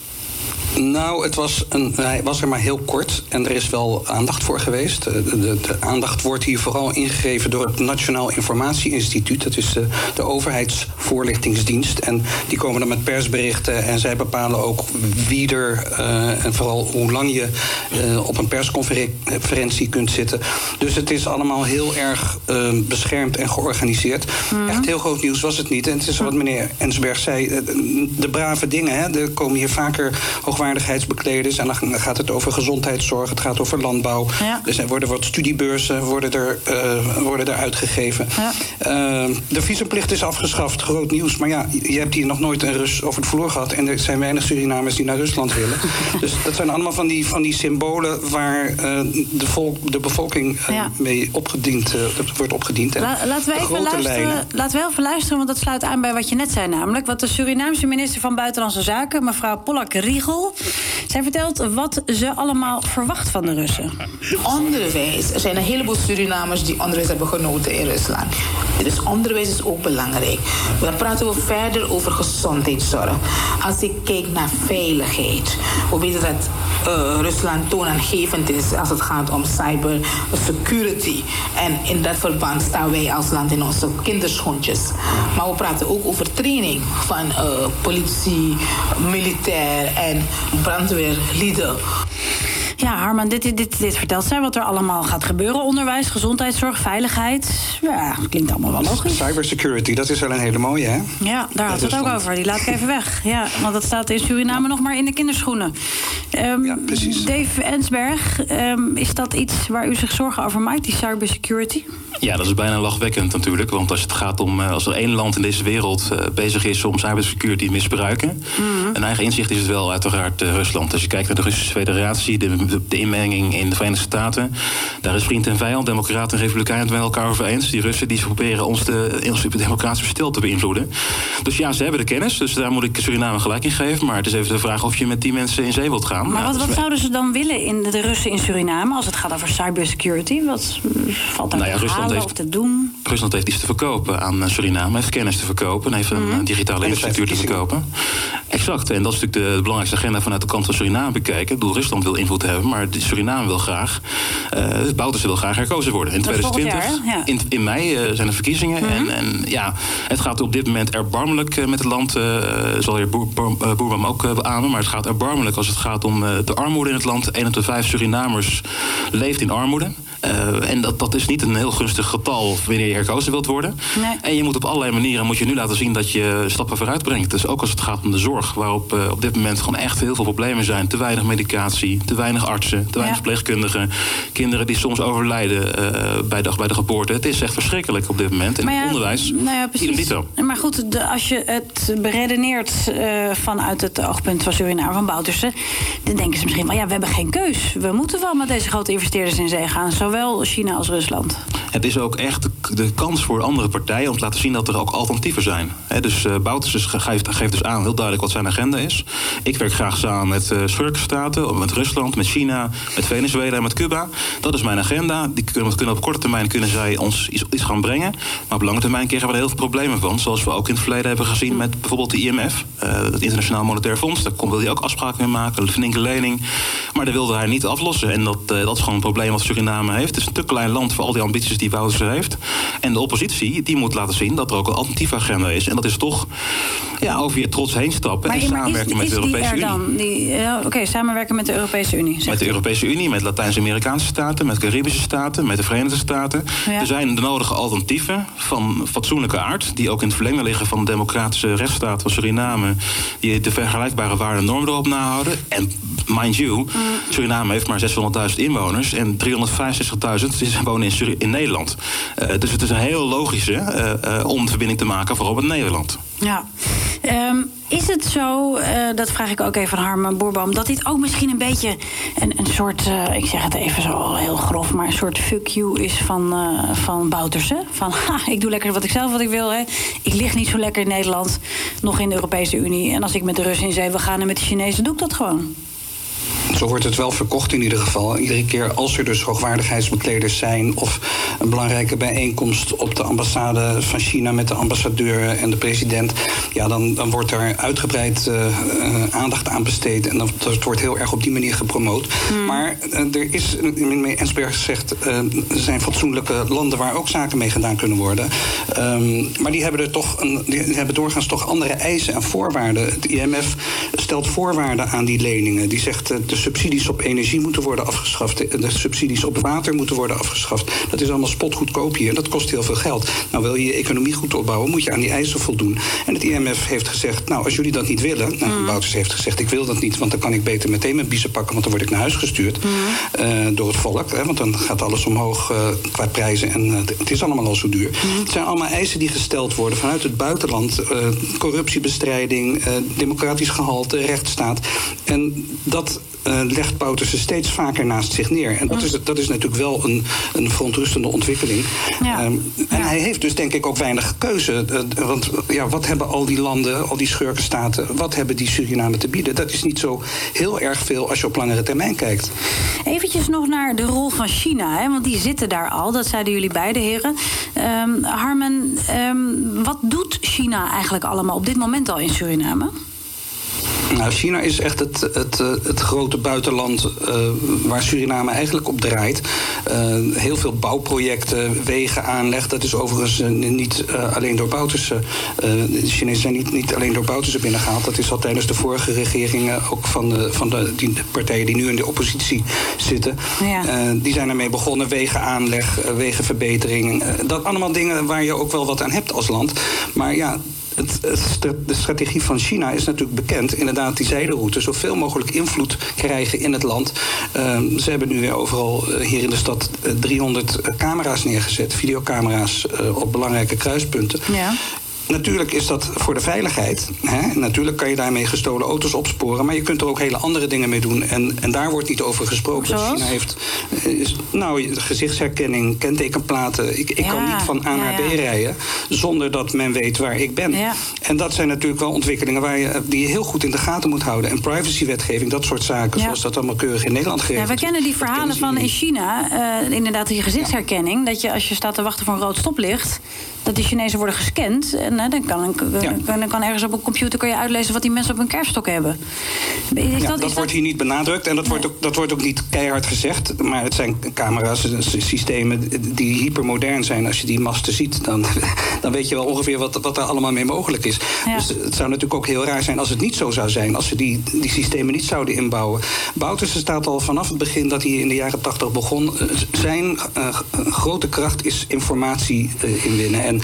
Nou, hij was er maar heel kort en er is wel aandacht voor geweest. De aandacht wordt hier vooral ingegeven door het Nationaal Informatie-instituut. Dat is de overheidsvoorlichtingsdienst. En die komen dan met persberichten en zij bepalen ook wie er en vooral hoe lang je op een persconferentie kunt zitten. Dus het is allemaal heel erg beschermd en georganiseerd. Mm-hmm. Echt heel groot nieuws was het niet. En het is wat meneer Ensberg zei, de brave dingen. Hè? Er komen hier vaker hoogwaardigheidsbekleders en dan gaat het over gezondheidszorg, het gaat over landbouw. Ja. Dus er worden wat studiebeurzen worden er uitgegeven. Ja. De visumplicht is afgeschaft, groot nieuws. Maar ja, je hebt hier nog nooit een Rus over het vloer gehad en er zijn weinig Surinamers die naar Rusland willen. Dus dat zijn allemaal van die symbolen waar de bevolking mee wordt opgediend. Laten we even luisteren, want dat sluit aan bij wat je net zei, namelijk wat de Surinaamse minister van Buitenlandse Zaken, mevrouw Pollak-Riegel, zij vertelt wat ze allemaal verwacht van de Russen. Onderwijs. Er zijn een heleboel Surinamers die onderwijs hebben genoten in Rusland. Dus onderwijs is ook belangrijk. Dan praten we verder over gezondheidszorg. Als ik kijk naar veiligheid. We weten dat Rusland toonaangevend is als het gaat om cybersecurity. En in dat verband staan wij als land in onze kinderschoentjes. Maar we praten ook over training van politie, militair en brandweerlieden. Ja, Harman, dit vertelt zij wat er allemaal gaat gebeuren. Onderwijs, gezondheidszorg, veiligheid. Ja, klinkt allemaal wel logisch. Cybersecurity, dat is wel een hele mooie, hè? Ja, daar had het ook over. Die laat ik even weg. Ja, want dat staat in Suriname nog maar in de kinderschoenen. Ja, precies. Dave Ensberg, is dat iets waar u zich zorgen over maakt, die cybersecurity? Ja, dat is bijna lachwekkend natuurlijk. Want als het gaat om, als er één land in deze wereld bezig is om cybersecurity te misbruiken, een eigen inzicht is het wel uiteraard Rusland. Als je kijkt naar de Russische Federatie, de inmenging in de Verenigde Staten, daar is vriend en vijand, democraten en republikeinen het met elkaar over eens. Die Russen die proberen ons de democratische bestel te beïnvloeden. Dus ja, ze hebben de kennis, dus daar moet ik Suriname gelijk in geven. Maar het is even de vraag of je met die mensen in zee wilt gaan. Maar wat zouden ze dan willen in de Russen in Suriname als het gaat over cybersecurity? Wat valt daar te halen of te doen? Rusland heeft iets te verkopen aan Suriname, heeft kennis te verkopen, heeft een digitale infrastructuur te verkopen. Exact, en dat is natuurlijk de belangrijkste agenda vanuit de kant van Suriname bekijken. Ik bedoel, Rusland wil invloed hebben, maar Suriname wil graag, Bouterse wil graag herkozen worden. In 2020, in mei zijn er verkiezingen. En ja, het gaat op dit moment erbarmelijk met het land. Zal heer Boerboom ook beamen, maar het gaat erbarmelijk als het gaat om de armoede in het land. 1 op de 5 Surinamers leeft in armoede. En dat is niet een heel gunstig getal wanneer je herkozen wilt worden. Nee. En je moet op allerlei manieren nu laten zien dat je stappen vooruit brengt. Dus ook als het gaat om de zorg, waarop op dit moment gewoon echt heel veel problemen zijn. Te weinig medicatie, te weinig artsen, te weinig verpleegkundigen. Kinderen die soms overlijden bij de geboorte. Het is echt verschrikkelijk op dit moment. En het onderwijs, precies. Maar goed, als je het beredeneert vanuit het oogpunt van Suriname, van Bouterse, dan denken ze misschien wel, we hebben geen keus. We moeten wel met deze grote investeerders in zee gaan. Zowel China als Rusland. Het is ook echt de kans voor andere partijen om te laten zien dat er ook alternatieven zijn. Dus Bouterse geeft dus aan heel duidelijk wat zijn agenda is. Ik werk graag samen met schurkenstaten, met Rusland, met China, met Venezuela en met Cuba. Dat is mijn agenda. Die kunnen op korte termijn zij ons iets gaan brengen. Maar op lange termijn krijgen we er heel veel problemen van. Zoals we ook in het verleden hebben gezien met bijvoorbeeld de IMF. Het Internationaal Monetair Fonds. Daar wil hij ook afspraken mee maken. Een flinke lening. Maar dat wilde hij niet aflossen. En dat is gewoon een probleem wat Suriname heeft. Het is een te klein land voor al die ambities die Bouterse heeft. En de oppositie die moet laten zien dat er ook een alternatieve agenda is. En dat is toch over je trots heen stappen en samenwerken met de Europese Unie. Samenwerken met de Europese Unie. Met de Europese Unie, met Latijns-Amerikaanse staten, met Caribische staten, met de Verenigde Staten. Ja. Er zijn de nodige alternatieven van fatsoenlijke aard, die ook in het verlengde liggen van de democratische rechtsstaat van Suriname, die de vergelijkbare waarden en normen erop nahouden. En mind you, Suriname heeft maar 600.000 inwoners en 365.000 wonen in Nederland. Dus het is een heel logische om de verbinding te maken, vooral met Nederland. Ja. Is het zo, dat vraag ik ook even aan Harman Boerboom, dat dit ook misschien een beetje een soort, ik zeg het even zo heel grof, maar een soort fuck you is van Bouterse? Van, ik doe lekker wat ik wil. Hè. Ik lig niet zo lekker in Nederland, nog in de Europese Unie. En als ik met de Russen in zee wil gaan en met de Chinezen, doe ik dat gewoon. Zo wordt het wel verkocht in ieder geval. Iedere keer als er dus hoogwaardigheidsbekleders zijn of een belangrijke bijeenkomst op de ambassade van China met de ambassadeur en de president, dan wordt er uitgebreid aandacht aan besteed en dat wordt heel erg op die manier gepromoot. Maar er is, meneer Ensberg zegt, er zijn fatsoenlijke landen waar ook zaken mee gedaan kunnen worden. Maar die hebben doorgaans toch andere eisen en voorwaarden. Het IMF stelt voorwaarden aan die leningen. Die zegt de subsidies op energie moeten worden afgeschaft. De subsidies op water moeten worden afgeschaft. Dat is allemaal spotgoedkoop hier. Dat kost heel veel geld. Nou, wil je je economie goed opbouwen, moet je aan die eisen voldoen. En het IMF heeft gezegd, als jullie dat niet willen, Bouterse heeft gezegd, ik wil dat niet, want dan kan ik beter meteen mijn biezen pakken, want dan word ik naar huis gestuurd door het volk. Want dan gaat alles omhoog qua prijzen en het is allemaal al zo duur. Het zijn allemaal eisen die gesteld worden vanuit het buitenland. Corruptiebestrijding, democratisch gehalte, rechtsstaat. En dat legt Bouterse steeds vaker naast zich neer. En dat is natuurlijk wel een verontrustende ontwikkeling. Ja. En hij heeft dus denk ik ook weinig keuze. Want wat hebben al die landen, al die schurkenstaten, wat hebben die Suriname te bieden? Dat is niet zo heel erg veel als je op langere termijn kijkt. Eventjes nog naar de rol van China, hè, want die zitten daar al. Dat zeiden jullie beide heren. Harmen, wat doet China eigenlijk allemaal op dit moment al in Suriname? Nou, China is echt het grote buitenland waar Suriname eigenlijk op draait. Heel veel bouwprojecten, wegen aanleg. Dat is overigens niet alleen door Bouterse. De Chinezen zijn niet alleen door Bouterse binnengehaald. Dat is al tijdens de vorige regeringen ook van die partijen die nu in de oppositie zitten. Ja. Die zijn ermee begonnen. Wegen aanleg, wegenverbetering. Dat allemaal dingen waar je ook wel wat aan hebt als land. Maar ja, de strategie van China is natuurlijk bekend. Inderdaad, die zijderoute. Zoveel mogelijk invloed krijgen in het land. Ze hebben nu weer overal hier in de stad 300 camera's neergezet. Videocamera's op belangrijke kruispunten. Ja. Natuurlijk is dat voor de veiligheid. Hè? Natuurlijk kan je daarmee gestolen auto's opsporen. Maar je kunt er ook hele andere dingen mee doen. En daar wordt niet over gesproken. Zoals? China heeft gezichtsherkenning, kentekenplaten. Ik kan niet van A naar B rijden zonder dat men weet waar ik ben. Ja. En dat zijn natuurlijk wel ontwikkelingen die je heel goed in de gaten moet houden. En privacywetgeving, dat soort zaken, zoals dat allemaal keurig in Nederland geregeld is. We kennen die verhalen van in China. Inderdaad, die gezichtsherkenning. Dat je als je staat te wachten voor een rood stoplicht, dat die Chinezen worden gescand. En dan kan ergens op een computer kan je uitlezen wat die mensen op hun kerfstok hebben. Dat wordt hier niet benadrukt. En dat wordt ook niet keihard gezegd. Maar het zijn camera's, systemen die hypermodern zijn. Als je die masten ziet, dan weet je wel ongeveer wat daar allemaal mee mogelijk is. Ja. Dus het zou natuurlijk ook heel raar zijn als het niet zo zou zijn. Als ze die systemen niet zouden inbouwen. Bouterse staat al vanaf het begin dat hij in de jaren 80 begon. Zijn grote kracht is informatie inwinnen. En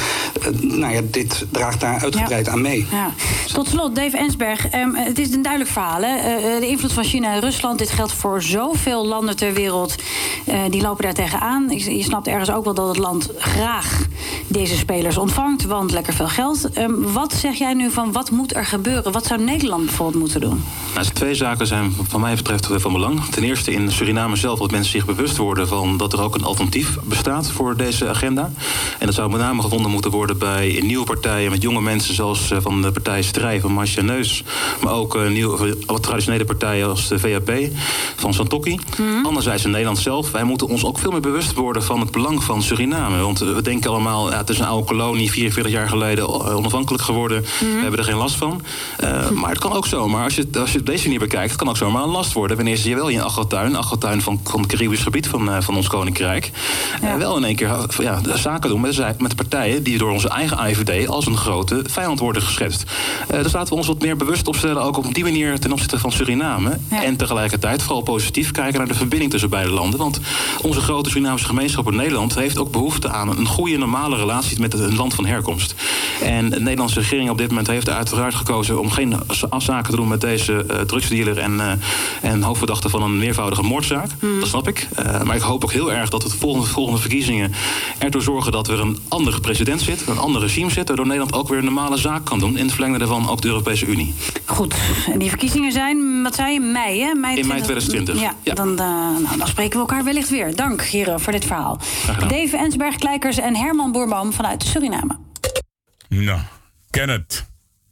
dit draagt daar uitgebreid aan mee. Ja. Tot slot, Dave Ensberg. Het is een duidelijk verhaal. Hè? De invloed van China en Rusland. Dit geldt voor zoveel landen ter wereld. Die lopen daar tegenaan. Je snapt ergens ook wel dat het land graag deze spelers ontvangt. Want lekker veel geld. Wat zeg jij nu van wat moet er gebeuren? Wat zou Nederland bijvoorbeeld moeten doen? Nou, twee zaken zijn van mij betreft van belang. Ten eerste in Suriname zelf dat mensen zich bewust worden van dat er ook een alternatief bestaat voor deze agenda. En dat zou met name gevonden moeten worden bij nieuwe partijen met jonge mensen zoals van de partij Strijd van Marcia Neus. Maar ook traditionele partijen als de VAP van Santokki. Anderzijds in Nederland zelf. Wij moeten ons ook veel meer bewust worden van het belang van Suriname. Want we denken allemaal, het is een oude kolonie, 44 jaar geleden onafhankelijk geworden. We hebben er geen last van. Maar het kan ook zomaar, als je het op deze manier bekijkt, het kan ook zomaar een last worden wanneer ze wel in een achtertuin van het Caribisch gebied van ons koninkrijk, wel in één keer zaken doen met de partijen die door onze eigen AIVD als een grote vijand worden geschetst. Dus laten we ons wat meer bewust opstellen, ook op die manier ten opzichte van Suriname. Ja. En tegelijkertijd vooral positief kijken naar de verbinding tussen beide landen. Want onze grote Surinaamse gemeenschap in Nederland heeft ook behoefte aan een goede, normale relatie met een land van herkomst. En de Nederlandse regering op dit moment heeft er uiteraard gekozen om geen zaken te doen met deze drugsdealer en hoofdverdachte van een meervoudige moordzaak. Dat snap ik. Maar ik hoop ook heel erg dat de volgende verkiezingen ertoe zorgen dat er een andere president zit, een ander regime zit, waardoor Nederland ook weer een normale zaak kan doen. In het verlengde daarvan ook de Europese Unie. Goed. En die verkiezingen zijn, wat zei je, mei, hè? In mei 2020. Ja. Dan spreken we elkaar wellicht weer. Dank, heren, voor dit verhaal. Dave Ensberg, Kleikers en Herman Boerboom vanuit Suriname. Nou, Kenneth.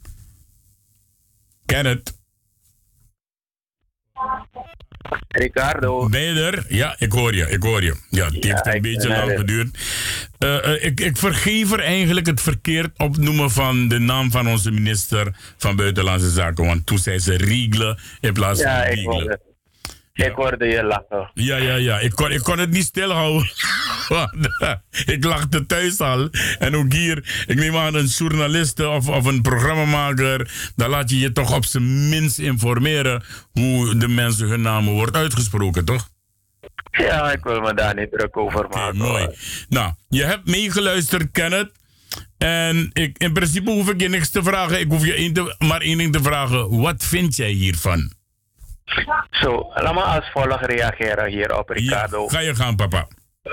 Ricardo. Ben je er? Ja, ik hoor je. Ja, het heeft een beetje lang geduurd. Ik vergeef er eigenlijk het verkeerd opnoemen van de naam van onze minister van Buitenlandse Zaken. Want toen zei ze Riegelen in plaats van Riegelen. Ik hoorde je lachen. Ja. Ik kon het niet stilhouden. Ik lachte thuis al. En ook hier, ik neem aan een journalist of een programmamaker, dan laat je je toch op zijn minst informeren hoe de mensen hun namen wordt uitgesproken, toch? Ja, ik wil me daar niet druk over maken. Mooi. Nou, je hebt meegeluisterd, Kenneth. En in principe hoef ik je niks te vragen. Ik hoef je maar één ding te vragen. Wat vind jij hiervan? Zo, laat me als volgt reageren hierop, Ricardo. Ja, ga je gaan, papa.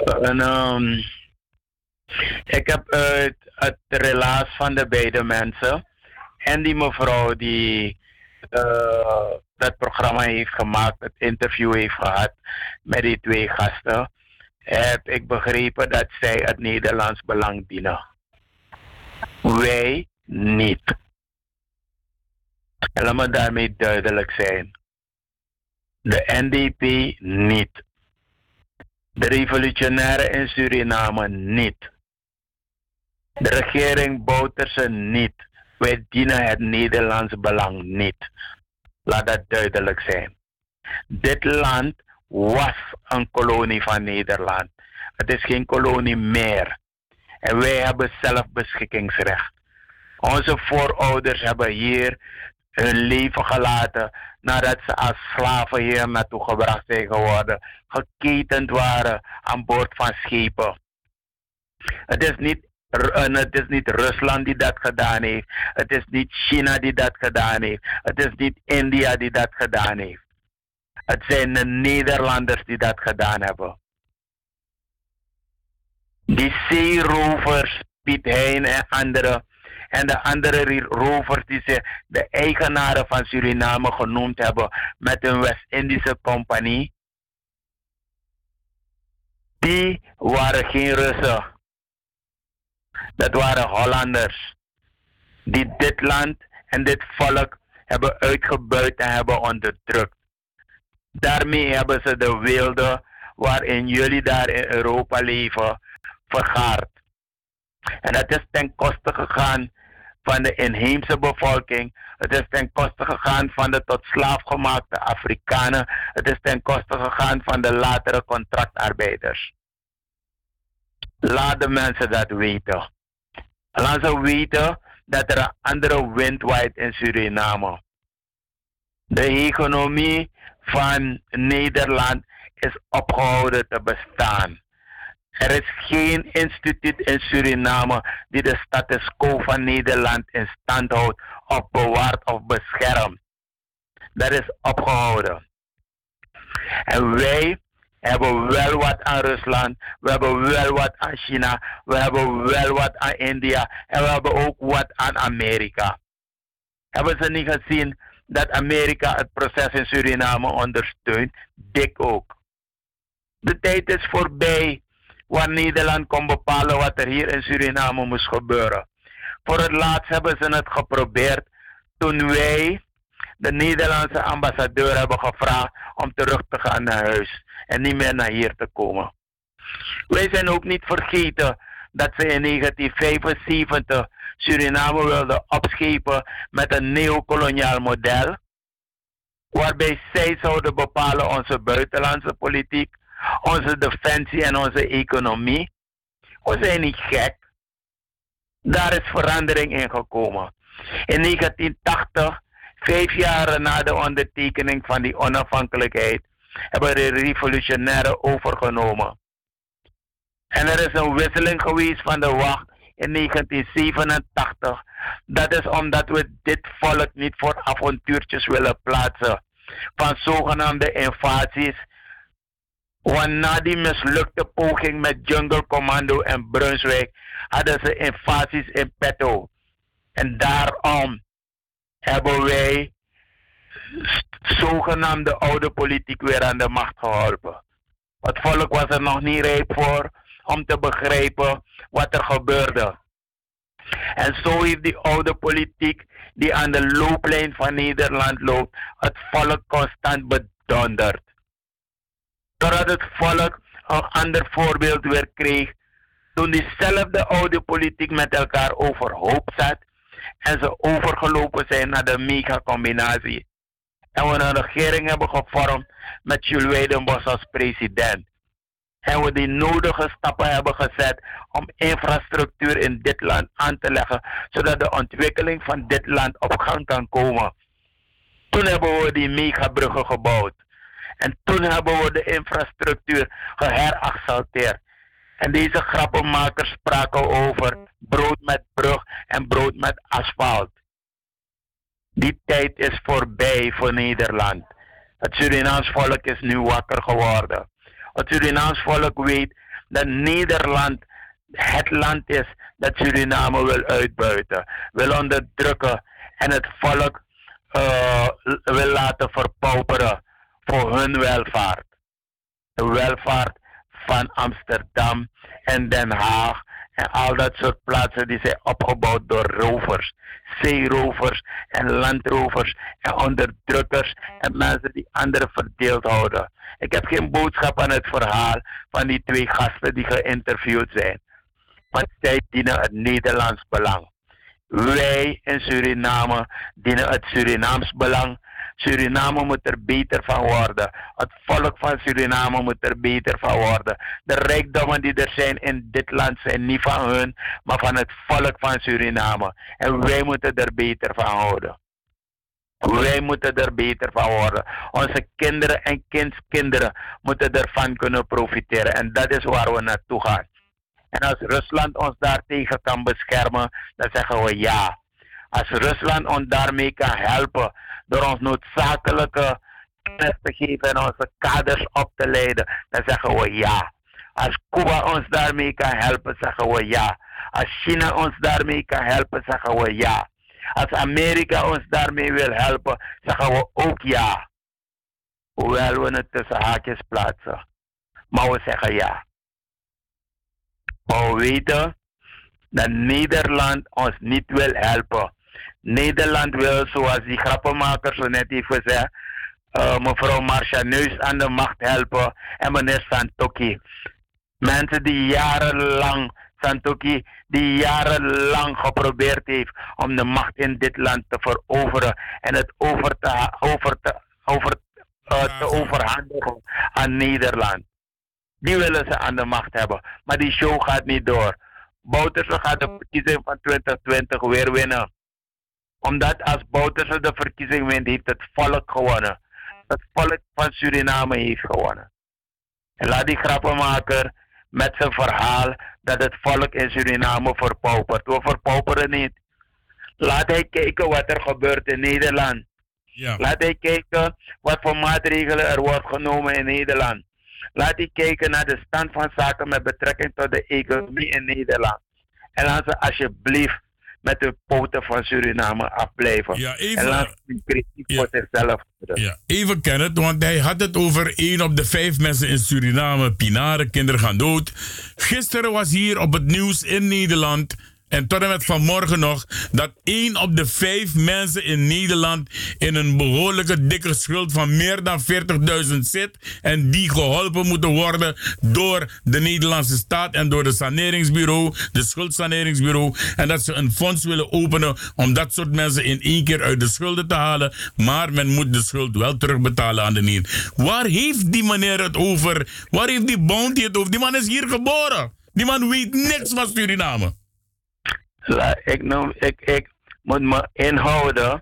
Ik heb het relaas van de beide mensen en die mevrouw die dat programma heeft gemaakt, het interview heeft gehad met die twee gasten, heb ik begrepen dat zij het Nederlands belang dienen. Wij niet. En laat me daarmee duidelijk zijn. De NDP niet. De revolutionairen in Suriname niet. De regering Bouterse niet. Wij dienen het Nederlands belang niet. Laat dat duidelijk zijn. Dit land was een kolonie van Nederland. Het is geen kolonie meer. En wij hebben zelfbeschikkingsrecht. Onze voorouders hebben hier hun leven gelaten nadat ze als slaven hier naartoe gebracht zijn geworden. Geketend waren aan boord van schepen. Het is niet Rusland die dat gedaan heeft. Het is niet China die dat gedaan heeft. Het is niet India die dat gedaan heeft. Het zijn de Nederlanders die dat gedaan hebben. Die zeerovers, Piet Hein en anderen, en de andere rovers die ze de eigenaren van Suriname genoemd hebben met een West-Indische compagnie, die waren geen Russen. Dat waren Hollanders die dit land en dit volk hebben uitgebuit en hebben onderdrukt. Daarmee hebben ze de wilde waarin jullie daar in Europa leven vergaard. En dat is ten koste gegaan van de inheemse bevolking. Het is ten koste gegaan van de tot slaaf gemaakte Afrikanen. Het is ten koste gegaan van de latere contractarbeiders. Laat de mensen dat weten. Laat ze weten dat er een andere wind waait in Suriname. De economie van Nederland is opgehouden te bestaan. Er is geen instituut in Suriname die de status quo van Nederland in stand houdt of bewaart of beschermt. Dat is opgehouden. En wij hebben wel wat aan Rusland, we hebben wel wat aan China, we hebben wel wat aan India en we hebben ook wat aan Amerika. Hebben ze niet gezien dat Amerika het proces in Suriname ondersteunt? Dik ook. De tijd is voorbij waar Nederland kon bepalen wat er hier in Suriname moest gebeuren. Voor het laatst hebben ze het geprobeerd toen wij de Nederlandse ambassadeur hebben gevraagd om terug te gaan naar huis en niet meer naar hier te komen. Wij zijn ook niet vergeten dat ze in 1975 Suriname wilden opschepen met een neocoloniaal model, waarbij zij zouden bepalen onze buitenlandse politiek, onze defensie en onze economie. We zijn niet gek. Daar is verandering in gekomen. In 1980, 5 jaar na de ondertekening van die onafhankelijkheid, hebben de revolutionairen overgenomen. En er is een wisseling geweest van de wacht in 1987. Dat is omdat we dit volk niet voor avontuurtjes willen plaatsen van zogenaamde invasies. Want na die mislukte poging met Jungle Commando en Brunswijk hadden ze invasies in petto. En daarom hebben wij zogenaamde oude politiek weer aan de macht geholpen. Het volk was er nog niet rijp voor om te begrijpen wat er gebeurde. En zo heeft die oude politiek die aan de looplijn van Nederland loopt, het volk constant bedonderd. Totdat het volk een ander voorbeeld weer kreeg toen diezelfde oude politiek met elkaar overhoop zat en ze overgelopen zijn naar de megacombinatie. En we een regering hebben gevormd met Jules Weidenbos als president. En we die nodige stappen hebben gezet om infrastructuur in dit land aan te leggen, zodat de ontwikkeling van dit land op gang kan komen. Toen hebben we die megabruggen gebouwd. En toen hebben we de infrastructuur geherasfalteerd. En deze grappenmakers spraken over brood met brug en brood met asfalt. Die tijd is voorbij voor Nederland. Het Surinaams volk is nu wakker geworden. Het Surinaams volk weet dat Nederland het land is dat Suriname wil uitbuiten, wil onderdrukken en het volk wil laten verpauperen voor hun welvaart. De welvaart van Amsterdam en Den Haag en al dat soort plaatsen die zijn opgebouwd door rovers, zeerovers en landrovers en onderdrukkers en mensen die anderen verdeeld houden. Ik heb geen boodschap aan het verhaal van die 2 gasten die geïnterviewd zijn. Want zij dienen het Nederlands belang. Wij in Suriname dienen het Surinaams belang. Suriname moet er beter van worden. Het volk van Suriname moet er beter van worden. De rijkdommen die er zijn in dit land zijn niet van hun, maar van het volk van Suriname. En wij moeten er beter van houden. Wij moeten er beter van worden. Onze kinderen en kindskinderen moeten ervan kunnen profiteren. En dat is waar we naartoe gaan. En als Rusland ons daartegen kan beschermen, dan zeggen we ja. Als Rusland ons daarmee kan helpen door ons noodzakelijke kennis te geven en onze kaders op te leiden, dan zeggen we ja. Als Cuba ons daarmee kan helpen, zeggen we ja. Als China ons daarmee kan helpen, zeggen we ja. Als Amerika ons daarmee wil helpen, zeggen we ook ja. Hoewel we het tussen haakjes plaatsen. Maar we zeggen ja. Maar we weten dat Nederland ons niet wil helpen. Nederland wil, zoals die grappenmaker zo net heeft gezegd, mevrouw Marcia Neus aan de macht helpen en meneer Santokki. Mensen die jarenlang, Santokki, die jarenlang geprobeerd heeft om de macht in dit land te veroveren en het te overhandigen aan Nederland. Die willen ze aan de macht hebben. Maar die show gaat niet door. Bouterse gaat de verkiezing van 2020 weer winnen. Omdat als Bouterse de verkiezing wint, heeft het volk gewonnen. Het volk van Suriname heeft gewonnen. En laat die grappenmaker met zijn verhaal dat het volk in Suriname verpaupert. We verpauperen niet. Laat hij kijken wat er gebeurt in Nederland. Ja. Laat hij kijken wat voor maatregelen er wordt genomen in Nederland. Laat hij kijken naar de stand van zaken met betrekking tot de economie in Nederland. En laat ze alsjeblieft met de poten van Suriname afblijven. Ja, even, en laat ze kritiek voor zichzelf doen. Ja, even Kenneth, want hij had het over 1 op de 5 mensen in Suriname, pinaren, kinderen gaan dood. Gisteren was hier op het nieuws in Nederland en tot en met vanmorgen nog dat 1 op de 5 mensen in Nederland in een behoorlijke dikke schuld van meer dan 40.000 zit en die geholpen moeten worden door de Nederlandse staat en door de saneringsbureau, de schuldsaneringsbureau, en dat ze een fonds willen openen om dat soort mensen in 1 keer uit de schulden te halen, maar men moet de schuld wel terugbetalen aan de Nederland. Waar heeft die meneer het over? Waar heeft die bounty het over? Die man is hier geboren. Die man weet niks van Suriname. Ik moet me inhouden.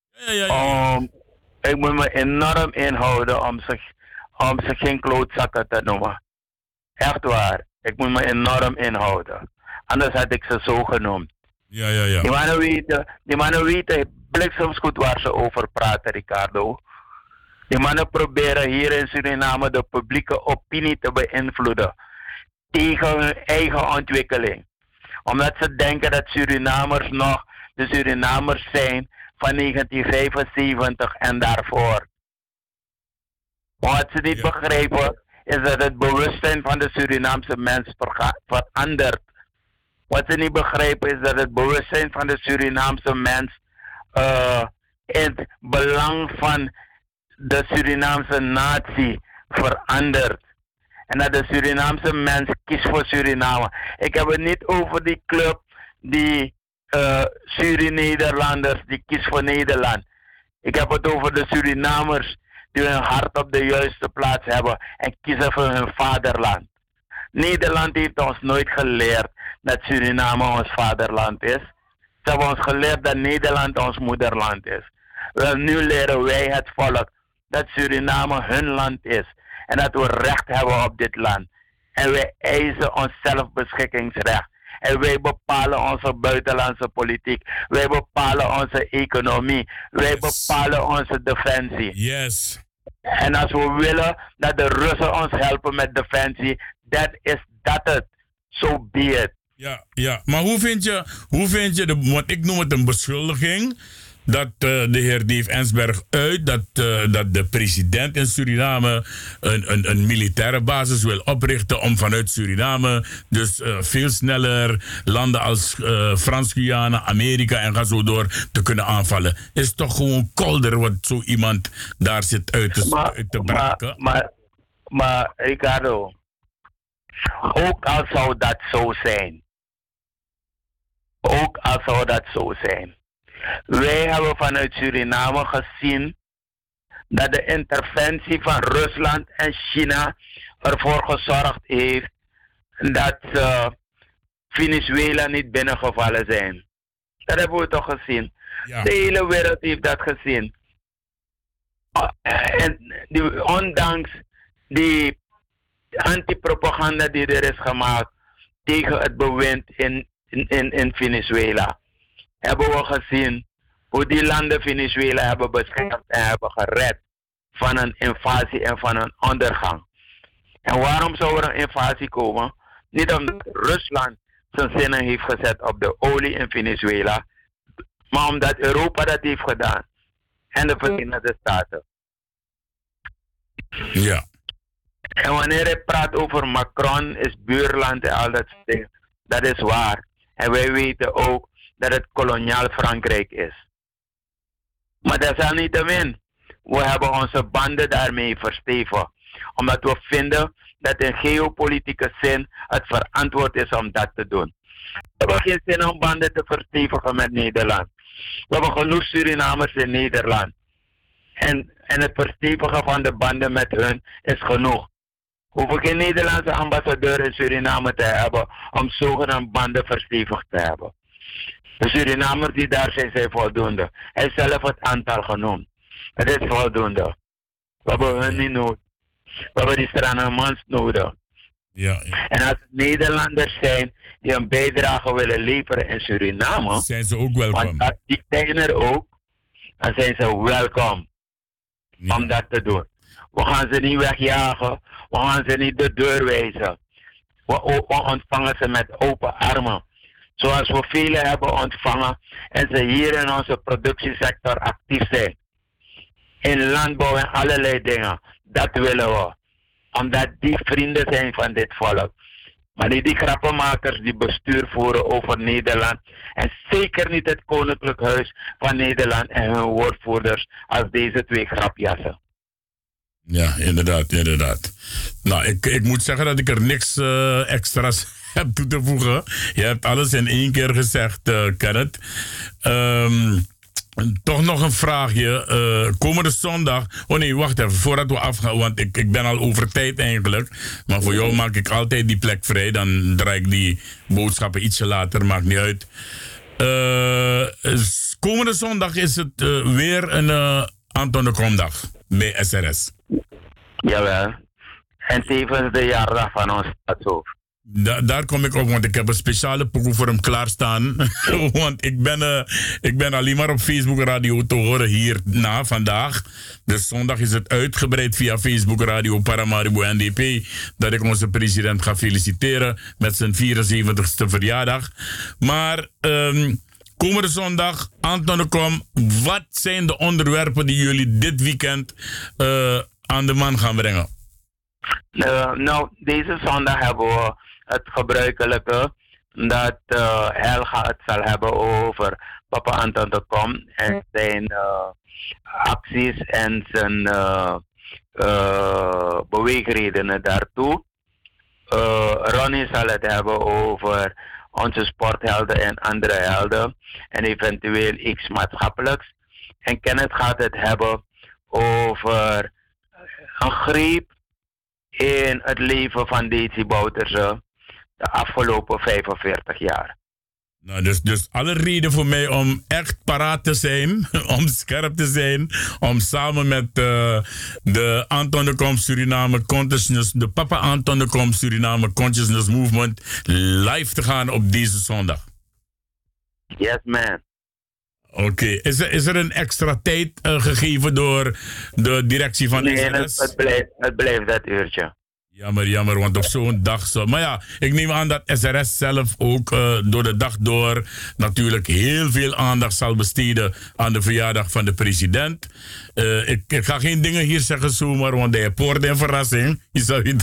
Ik moet me enorm inhouden om ze geen klootzakken te noemen. Echt waar. Ik moet me enorm inhouden. Anders had ik ze zo genoemd. Ja. Die mannen weten bliksemsgoed waar ze over praten, Ricardo. Die mannen proberen hier in Suriname de publieke opinie te beïnvloeden. Tegen hun eigen ontwikkeling. Omdat ze denken dat Surinamers nog de Surinamers zijn van 1975 en daarvoor. Maar wat ze niet begrijpen is dat het bewustzijn van de Surinaamse mens verandert. Wat ze niet begrijpen is dat het bewustzijn van de Surinaamse mens in het belang van de Surinaamse natie verandert. En dat de Surinaamse mens kiest voor Suriname. Ik heb het niet over die club, die Surinederlanders, die kiest voor Nederland. Ik heb het over de Surinamers die hun hart op de juiste plaats hebben en kiezen voor hun vaderland. Nederland heeft ons nooit geleerd dat Suriname ons vaderland is. Ze hebben ons geleerd dat Nederland ons moederland is. Wel, nu leren wij het volk dat Suriname hun land is. En dat we recht hebben op dit land. En wij eisen ons zelfbeschikkingsrecht. En wij bepalen onze buitenlandse politiek. Wij bepalen onze economie. Wij bepalen onze defensie. Yes. En als we willen dat de Russen ons helpen met defensie, dat is dat het. So be it. Ja. Maar hoe vind je want ik noem het een beschuldiging. dat de heer Dave Ensberg uit dat de president in Suriname een militaire basis wil oprichten om vanuit Suriname dus veel sneller landen als Frans-Guyana, Amerika en ga zo door te kunnen aanvallen. Is toch gewoon kolder wat zo iemand daar zit uit te braken? Maar Ricardo, ook al zou dat zo zijn. Wij hebben vanuit Suriname gezien dat de interventie van Rusland en China ervoor gezorgd heeft dat Venezuela niet binnengevallen zijn. Dat hebben we toch gezien. Ja. De hele wereld heeft dat gezien. En ondanks die antipropaganda die er is gemaakt tegen het bewind in Venezuela, hebben we gezien hoe die landen Venezuela hebben beschermd en hebben gered van een invasie en van een ondergang. En waarom zou er een invasie komen? Niet omdat Rusland zijn zinnen heeft gezet op de olie in Venezuela, maar omdat Europa dat heeft gedaan. En de Verenigde Staten. Ja. En wanneer hij praat over Macron, is buurland en al dat soort dingen, dat is waar. En wij weten ook dat het koloniaal Frankrijk is. Maar desalniettemin, we hebben onze banden daarmee verstevigen. Omdat we vinden dat in geopolitieke zin het verantwoord is om dat te doen. We hebben geen zin om banden te verstevigen met Nederland. We hebben genoeg Surinamers in Nederland. En het verstevigen van de banden met hun is genoeg. We hoeven geen Nederlandse ambassadeur in Suriname te hebben om zogenaamd banden verstevigd te hebben. De Surinamers die daar zijn voldoende. Hij heeft zelf het aantal genoemd. Het is voldoende. We hebben hun niet nodig. We hebben die Stranamans nodig. Ja. En als Nederlanders zijn die een bijdrage willen leveren in Suriname, zijn ze ook welkom. Want die zijn er ook, dan zijn ze welkom om dat te doen. We gaan ze niet wegjagen, we gaan ze niet de deur wijzen. We ontvangen ze met open armen. Zoals we velen hebben ontvangen en ze hier in onze productiesector actief zijn. In landbouw en allerlei dingen. Dat willen we. Omdat die vrienden zijn van dit volk. Maar niet die grappenmakers die bestuur voeren over Nederland. En zeker niet het Koninklijk Huis van Nederland en hun woordvoerders als deze twee grapjassen. Ja, inderdaad. Nou, ik moet zeggen dat ik er niks extra's heb toe te voegen. Je hebt alles in één keer gezegd, Kenneth. Toch nog een vraagje. Komende zondag... Oh nee, wacht even. Voordat we afgaan, want ik ben al over tijd eigenlijk. Maar voor jou maak ik altijd die plek vrij. Dan draai ik die boodschappen ietsje later. Maakt niet uit. Komende zondag is het weer een Anton de Komdag bij SRS. Jawel. En tevens de jaardag van ons staatshoofd. Daar kom ik op, want ik heb een speciale pokoe voor hem klaarstaan. Want ik ben alleen maar op Facebook Radio te horen hierna vandaag. Dus zondag is het uitgebreid via Facebook Radio Paramaribo NDP dat ik onze president ga feliciteren met zijn 74ste verjaardag. Maar komende zondag, Anton de Kom, wat zijn de onderwerpen die jullie dit weekend aan de man gaan brengen? Nou, deze zondag hebben we het gebruikelijke dat Helga het zal hebben over papa Anton de Kom en zijn acties en zijn beweegredenen daartoe. Ronnie zal het hebben over onze sporthelden en andere helden en eventueel iets maatschappelijks. En Kenneth gaat het hebben over een greep in het leven van Desi Bouterse de afgelopen 45 jaar. Nou, dus alle reden voor mij om echt paraat te zijn, om scherp te zijn, om samen met de Anton de Kom Suriname Consciousness, de Papa Anton de Kom Suriname Consciousness Movement live te gaan op deze zondag. Yes, man. Oké. Is er een extra tijd gegeven door de directie van SRS? Het blijft dat uurtje. Jammer, want op zo'n dag zo. Maar ja, ik neem aan dat SRS zelf ook door de dag door natuurlijk heel veel aandacht zal besteden aan de verjaardag van de president. Ik ga geen dingen hier zeggen zomaar, want hij poort een verrassing. Je zou het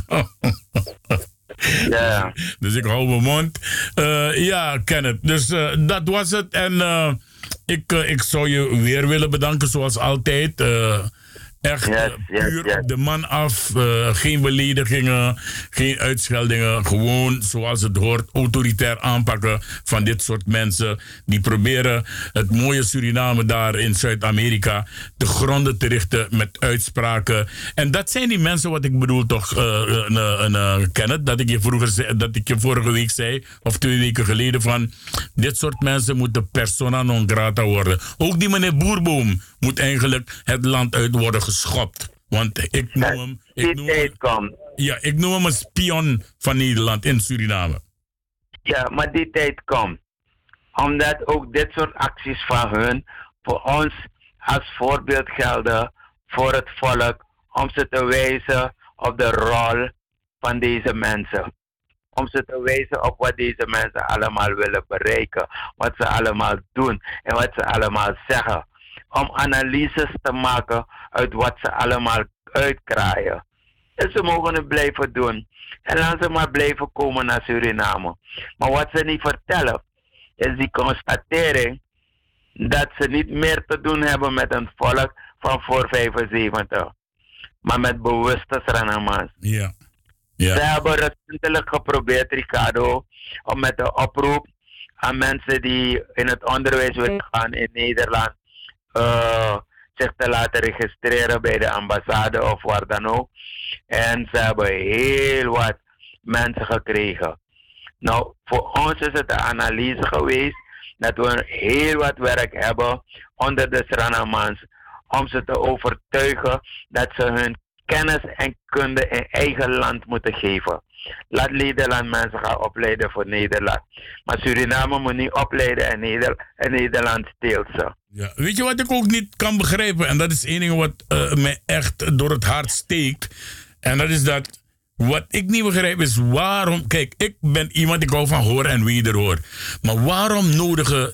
Ja. Dus ik hou mijn mond. Ja, Kenneth. Dus dat was het. En ik zou je weer willen bedanken zoals altijd. Echt puur op de man af. Geen beledigingen, geen uitscheldingen. Gewoon zoals het hoort. Autoritair aanpakken van dit soort mensen. Die proberen het mooie Suriname daar in Zuid-Amerika te gronden te richten met uitspraken. En dat zijn die mensen wat ik bedoel toch, Kenneth. Dat ik je vorige week zei, of 2 weken geleden van. Dit soort mensen moeten persona non grata worden. Ook die meneer Boerboom moet eigenlijk het land uit worden geschopt. Want ik noem hem een spion van Nederland in Suriname. Ja, maar die tijd komt. Omdat ook dit soort acties van hun voor ons als voorbeeld gelden voor het volk. Om ze te wijzen op de rol van deze mensen. Om ze te wijzen op wat deze mensen allemaal willen bereiken. Wat ze allemaal doen en wat ze allemaal zeggen. Om analyses te maken uit wat ze allemaal uitkraaien. En ze mogen het blijven doen. En laten ze maar blijven komen naar Suriname. Maar wat ze niet vertellen, is die constatering dat ze niet meer te doen hebben met een volk van voor 75. Maar met bewuste Surinamers. Ja. Ze hebben recentelijk geprobeerd, Ricardo, om met de oproep aan mensen die in het onderwijs willen gaan in Nederland, zich te laten registreren bij de ambassade of waar dan ook. En ze hebben heel wat mensen gekregen. Nou, voor ons is het een analyse geweest dat we heel wat werk hebben onder de Surinamers om ze te overtuigen dat ze hun kennis en kunde in eigen land moeten geven. Laat Nederland mensen gaan opleiden voor Nederland. Maar Suriname moet niet opleiden en Nederland steelt ze. Ja, weet je wat ik ook niet kan begrijpen? En dat is één ding wat mij echt door het hart steekt. En dat is dat, wat ik niet begrijp is waarom... Kijk, ik ben iemand, ik hou van horen en wederhoor. Maar waarom nodigen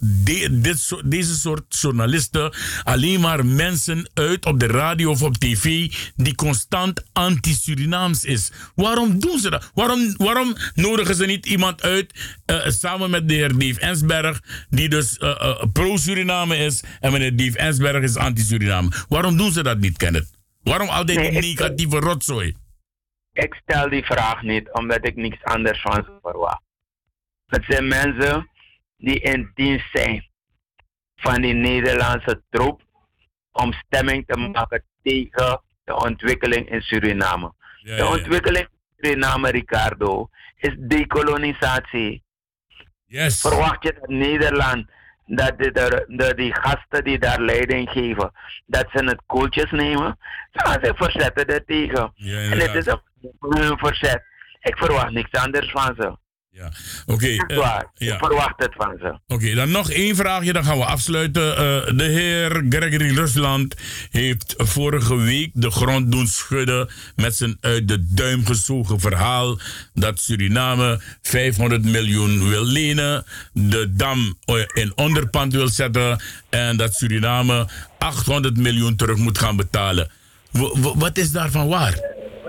deze soort journalisten alleen maar mensen uit op de radio of op tv die constant anti-Surinaams is? Waarom doen ze dat? Waarom nodigen ze niet iemand uit samen met de heer Dave Ensberg, die dus pro-Suriname is, en meneer Dave Ensberg is anti-Suriname? Waarom doen ze dat niet, Kenneth? Waarom altijd die negatieve rotzooi? Ik stel die vraag niet, omdat ik niks anders van ze verwacht. Het zijn mensen die in dienst zijn van die Nederlandse troep om stemming te maken tegen de ontwikkeling in Suriname. De ontwikkeling in Suriname, Ricardo, is dekolonisatie. Yes. Verwacht je dat Nederland, dat die gasten die daar leiding geven, dat ze het koeltjes nemen? Ze verzetten er tegen. En het is een verzet. Ik verwacht niks anders van ze. Ja, oké. Ik verwacht het van ze. Oké, dan nog één vraagje, dan gaan we afsluiten. De heer Gregory Rusland heeft vorige week de grond doen schudden met zijn uit de duim gezogen verhaal dat Suriname 500 miljoen wil lenen, de dam in onderpand wil zetten en dat Suriname 800 miljoen terug moet gaan betalen. Wat is daarvan waar?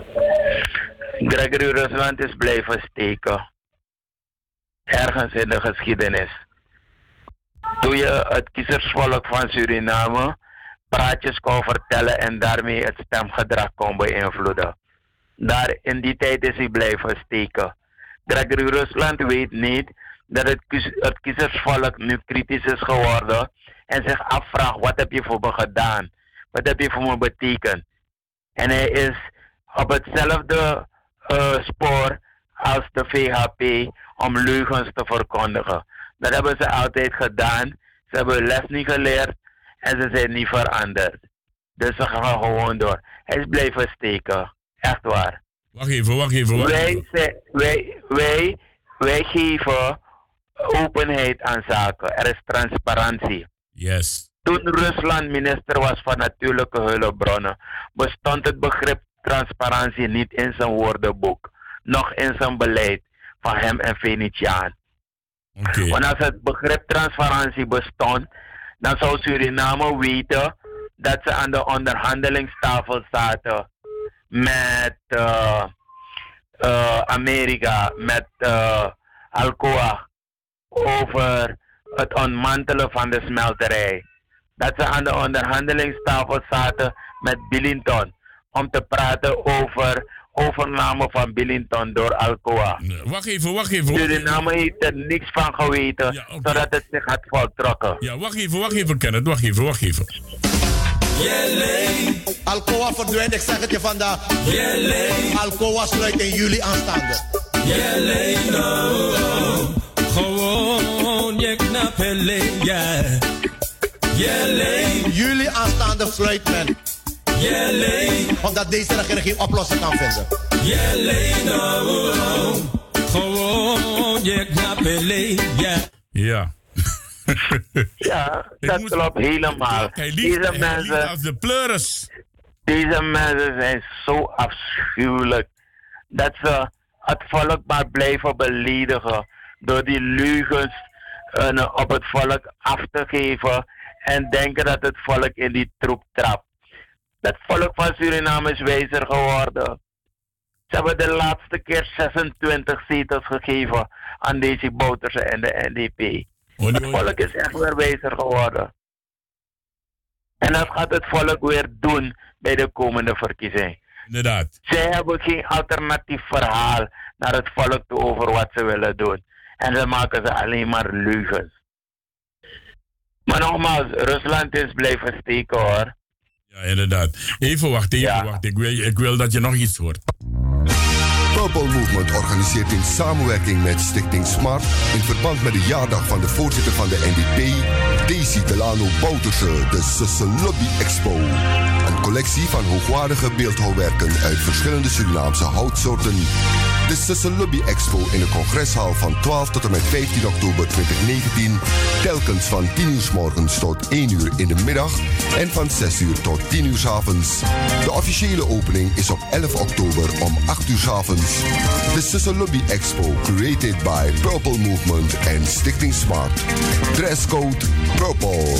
Gregory Rusland is blijven steken. Ergens in de geschiedenis. Toen je het kiezersvolk van Suriname praatjes kon vertellen en daarmee het stemgedrag kon beïnvloeden. Daar in die tijd is hij blijven steken. Gregory Rusland weet niet dat het kiezersvolk nu kritisch is geworden en zich afvraagt: wat heb je voor me gedaan? Wat heb je voor me betekend? En hij is op hetzelfde spoor als de VHP om leugens te verkondigen. Dat hebben ze altijd gedaan. Ze hebben hun les niet geleerd en ze zijn niet veranderd. Dus ze gaan gewoon door. Hij is blijven steken. Echt waar. Wacht even. Wij geven openheid aan zaken. Er is transparantie. Yes. Toen Rusland minister was van natuurlijke hulpbronnen, bestond het begrip transparantie niet in zijn woordenboek, nog in zijn beleid van hem en Venetiaan. Want als het begrip transparantie bestond, dan zou Suriname weten dat ze aan de onderhandelingstafel zaten met Amerika, met Alcoa, over het ontmantelen van de smelterij. Dat ze aan de onderhandelingstafel zaten met Billington om te praten over overname van Billington door Alcoa. Wacht even. Suriname heeft er niks van geweten, zodat het zich had voltrokken. Ja, wacht even, Kenneth. Wacht even. Alcoa verdwijnt, ik zeg het je vandaag. Alcoa sluit in juli aanstaande. Gewoon, je knappele, juli aanstaande sluit men. Omdat deze regering geen oplossing kan vinden. Gewoon, je knappele, ja, dat klopt helemaal. Deze mensen als de pleuris. Deze mensen zijn zo afschuwelijk dat ze het volk maar blijven beledigen door die leugens op het volk af te geven en denken dat het volk in die troep trapt. Het volk van Suriname is wijzer geworden. Ze hebben de laatste keer 26 zetels gegeven aan deze Bouterse en de NDP. Het volk is echt weer wijzer geworden. En dat gaat het volk weer doen bij de komende verkiezing. Inderdaad. Zij hebben geen alternatief verhaal naar het volk toe over wat ze willen doen. En ze maken ze alleen maar leugens. Maar nogmaals, Rusland is blijven steken hoor. Ja, inderdaad. Even wachten. Ik wil dat je nog iets hoort. Purple Movement organiseert in samenwerking met Stichting Smart in verband met de jaardag van de voorzitter van de NDP, Daisy Delano Bouterse, de Susselobi Expo. Een collectie van hoogwaardige beeldhouwwerken uit verschillende Surinaamse houtsoorten. De Susselobi Expo in de congreshal van 12 tot en met 15 oktober 2019, telkens van 10 uur 's morgens tot 1 uur in de middag en van 6 uur tot 10 uur 's avonds. De officiële opening is op 11 oktober om 8 uur 's avonds. De Susselobi Expo, created by Purple Movement en Stichting Smart. Dresscode Purple.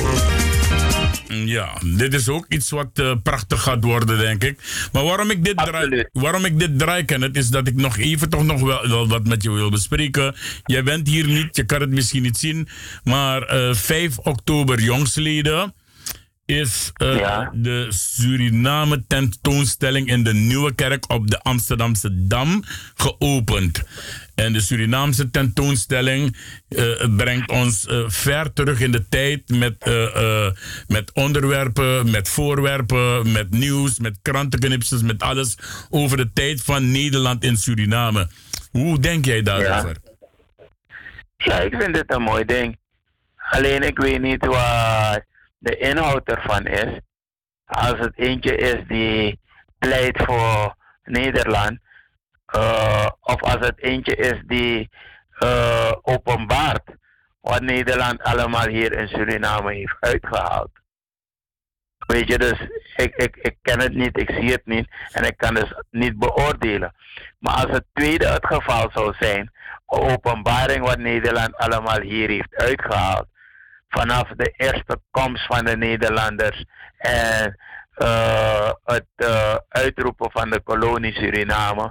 Ja, dit is ook iets wat prachtig gaat worden, denk ik. Maar waarom ik dit draai, Kenneth, is dat ik nog even toch nog wel wat met je wil bespreken. Jij bent hier niet, je kan het misschien niet zien, maar 5 oktober jongsleden is de Suriname tentoonstelling in de Nieuwe Kerk op de Amsterdamse Dam geopend. En de Surinaamse tentoonstelling brengt ons ver terug in de tijd met onderwerpen, met voorwerpen, met nieuws, met krantenknipsels, met alles over de tijd van Nederland in Suriname. Hoe denk jij daarover? Ja, ik vind dit een mooi ding. Alleen ik weet niet wat de inhoud ervan is. Als het eentje is die pleit voor Nederland, of als het eentje is die openbaart wat Nederland allemaal hier in Suriname heeft uitgehaald. Weet je, dus ik ken het niet, ik zie het niet en ik kan dus niet beoordelen. Maar als het tweede het geval zou zijn, openbaring wat Nederland allemaal hier heeft uitgehaald, vanaf de eerste komst van de Nederlanders en het uitroepen van de kolonie Suriname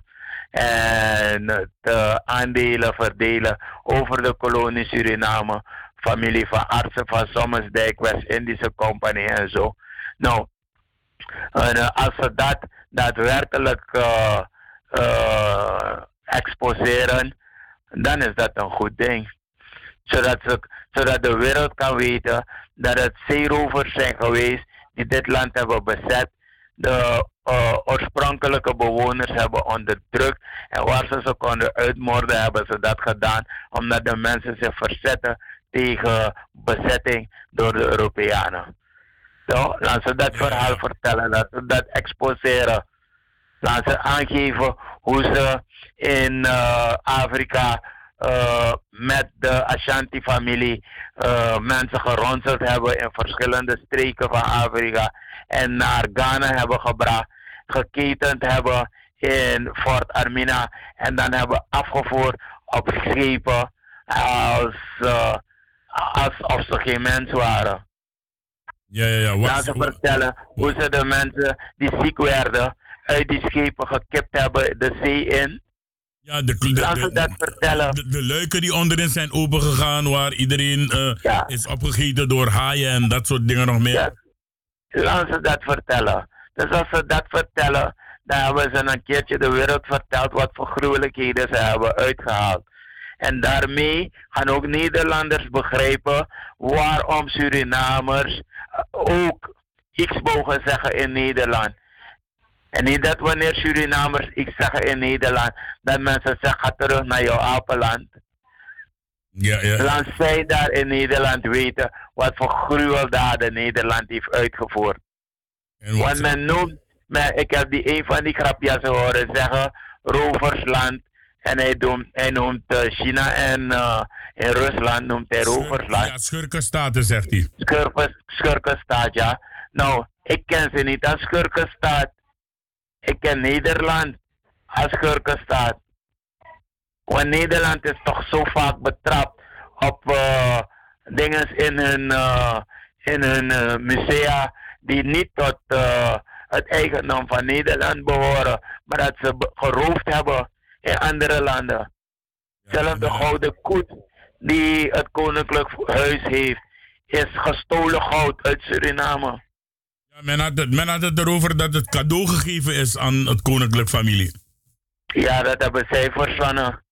en het aandelen verdelen over de kolonie Suriname, familie van artsen van Sommersdijk, West-Indische Compagnie en zo. Nou, als ze dat daadwerkelijk exposeren, dan is dat een goed ding. Zodat de wereld kan weten dat het zeerovers zijn geweest die dit land hebben bezet, de oorspronkelijke bewoners hebben onderdrukt en waar ze konden uitmoorden hebben ze dat gedaan omdat de mensen zich verzetten tegen bezetting door de Europeanen. Zo, laten ze dat verhaal vertellen, laten ze dat exposeren. Laten ze aangeven hoe ze in Afrika met de Ashanti-familie mensen geronseld hebben in verschillende streken van Afrika en naar Ghana hebben gebracht geketend hebben in Fort Armina en dan hebben afgevoerd op schepen alsof ze geen mens waren. Ja. Laten ze vertellen hoe ze de mensen die ziek werden uit die schepen gekipt hebben de zee in. Ja, laten ze dat vertellen. De luiken die onderin zijn opengegaan waar iedereen is opgegeten door haaien en dat soort dingen nog meer. Ja. Laten ze dat vertellen. Dus als ze dat vertellen, dan hebben ze een keertje de wereld verteld wat voor gruwelijkheden ze hebben uitgehaald. En daarmee gaan ook Nederlanders begrijpen waarom Surinamers ook iets mogen zeggen in Nederland. En niet dat wanneer Surinamers iets zeggen in Nederland, dat mensen zeggen, ga terug naar jouw apenland. Ja. Laat zij daar in Nederland weten wat voor gruweldaden Nederland heeft uitgevoerd. Want men noemt, ik heb een van die grapjassen horen zeggen, roversland. En hij noemt China en Rusland noemt hij roversland. Ja, schurkenstaten zegt hij. Schurkenstaat, ja. Nou, ik ken ze niet als schurkenstaat. Ik ken Nederland als schurkenstaat. Want Nederland is toch zo vaak betrapt op dingen in hun musea die niet tot het eigendom van Nederland behoren, maar dat ze geroofd hebben in andere landen. Zelfs de gouden koet die het koninklijk huis heeft, is gestolen goud uit Suriname. Ja, men had het erover dat het cadeau gegeven is aan het koninklijk familie. Ja, dat hebben zij verzonnen.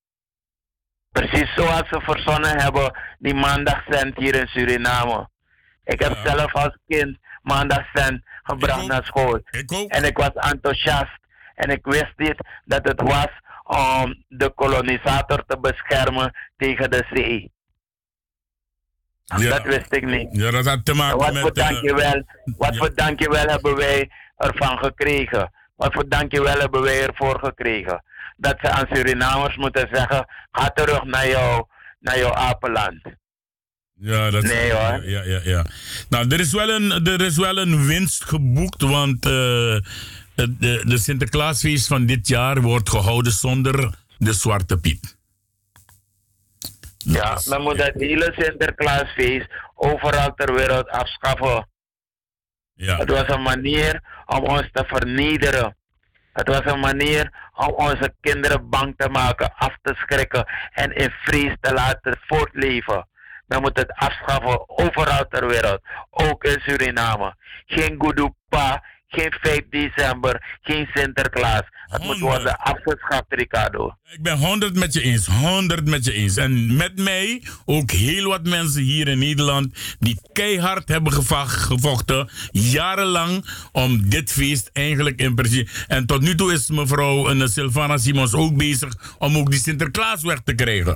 Precies zoals ze verzonnen hebben die maandagcent hier in Suriname. Ik heb zelf als kind maandagcent gebracht naar school. En ik was enthousiast. En ik wist niet dat het was om de kolonisator te beschermen tegen de zee. Ja. Dat wist ik niet. Ja, dat had te maken wat voor dankjewel hebben wij ervan gekregen? Wat voor dankjewel hebben wij ervoor gekregen? Dat ze aan Surinamers moeten zeggen, ga terug naar jouw apenland. Ja, dat nee hoor. Ja. Nou, er is wel een winst geboekt, want de Sinterklaasfeest van dit jaar wordt gehouden zonder de Zwarte Piet. Ja, men moet het hele Sinterklaasfeest overal ter wereld afschaffen. Ja. Het was een manier om ons te vernederen. Het was een manier om onze kinderen bang te maken, af te schrikken en in vrees te laten voortleven. Men moet het afschaffen overal ter wereld, ook in Suriname. Geen Goedoepa, geen 5 december, geen Sinterklaas. Het moet worden afgeschaft, Ricardo. Ik ben 100 met je eens, 100 met je eens. En met mij ook heel wat mensen hier in Nederland die keihard hebben gevochten, jarenlang, om dit feest eigenlijk in principe. En tot nu toe is mevrouw Sylvana Simons ook bezig om ook die Sinterklaas weg te krijgen.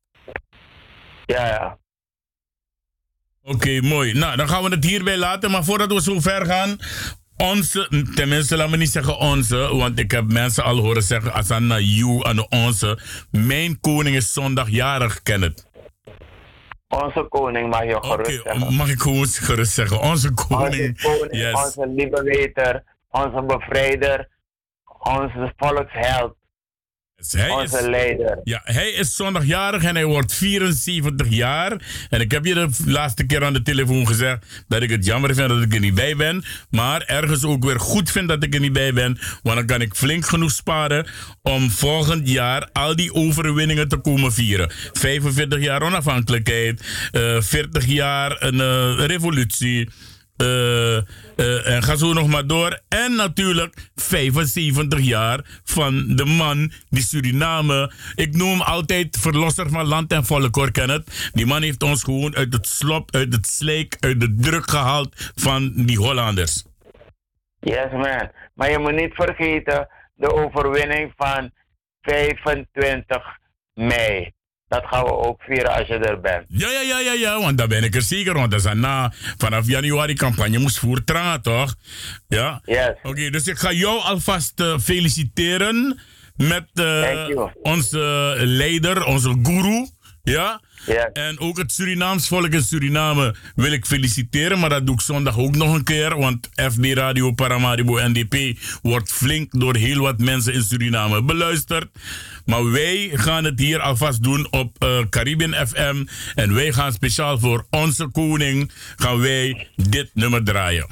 Ja. Oké, mooi. Nou, dan gaan we het hierbij laten. Maar voordat we zo ver gaan, tenminste, laat me niet zeggen onze, want ik heb mensen al horen zeggen, Asana, you en onze. Mijn koning is zondag jarig, Kenneth. Onze koning mag je gerust zeggen. Mag ik gewoon gerust zeggen. Onze koning, yes. Onze lieve weter, onze bevrijder, onze volksheld. Onze leider. Ja, hij is zondagjarig en hij wordt 74 jaar. En ik heb je de laatste keer aan de telefoon gezegd dat ik het jammer vind dat ik er niet bij ben. Maar ergens ook weer goed vind dat ik er niet bij ben. Want dan kan ik flink genoeg sparen om volgend jaar al die overwinningen te komen vieren. 45 jaar onafhankelijkheid, 40 jaar een revolutie. En ga zo nog maar door. En natuurlijk 75 jaar van de man die Suriname, ik noem hem altijd verlosser van land en volk, hoor, Kenneth. Die man heeft ons gewoon uit het slop, uit het slijk, uit de druk gehaald van die Hollanders. Yes, man. Maar je moet niet vergeten de overwinning van 25 mei. Dat gaan we ook vieren als je er bent. Ja, want daar ben ik er zeker. Want dat is vanaf januari campagne moest voeren, toch? Ja? Yes. Oké, dus ik ga jou alvast feliciteren met onze leider, onze guru. Ja? En ook het Surinaams volk in Suriname wil ik feliciteren. Maar dat doe ik zondag ook nog een keer. Want FB Radio Paramaribo NDP wordt flink door heel wat mensen in Suriname beluisterd. Maar wij gaan het hier alvast doen op Caribbean FM. En wij gaan speciaal voor onze koning gaan wij dit nummer draaien.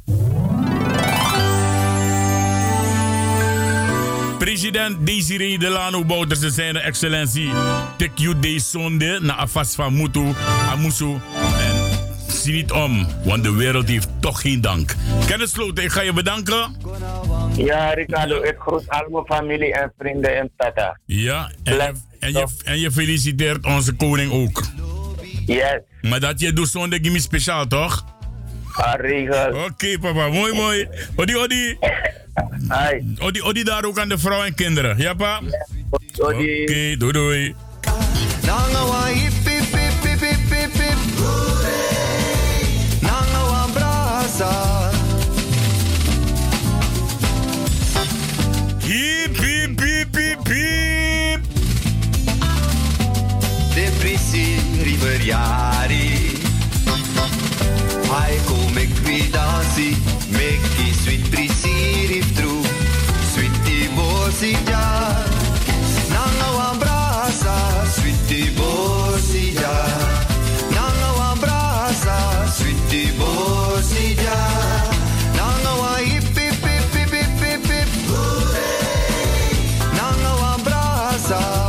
President Desiree Delano Bouterse zijn excellentie. Tek you de zonde na afas van Mutu, Amusu. En zie niet om, want de wereld heeft toch geen dank. Kennis Sloten, ik ga je bedanken. Ja, Ricardo, ik groet al mijn familie en vrienden in Tata. Ja, en je feliciteert onze koning ook. Yes. Maar dat je doet zonde gimme speciaal, toch? Regel. Oké, papa, mooi. Odi. Hi. Odi daar ook aan de vrouw en kinderen. Ja, pa? Oké, doei. Hip, hip, hip, hip, hip. De prisi riveriari. Hai come qui dansi, mekki sweet prisi riftru, sweetie bosija. Nanga wan brasa, sweetie bosija. Nanga wan brasa, sweetie bosija. Nanga wan hip hip hip hip hip hip hip. Nanga wan brasa.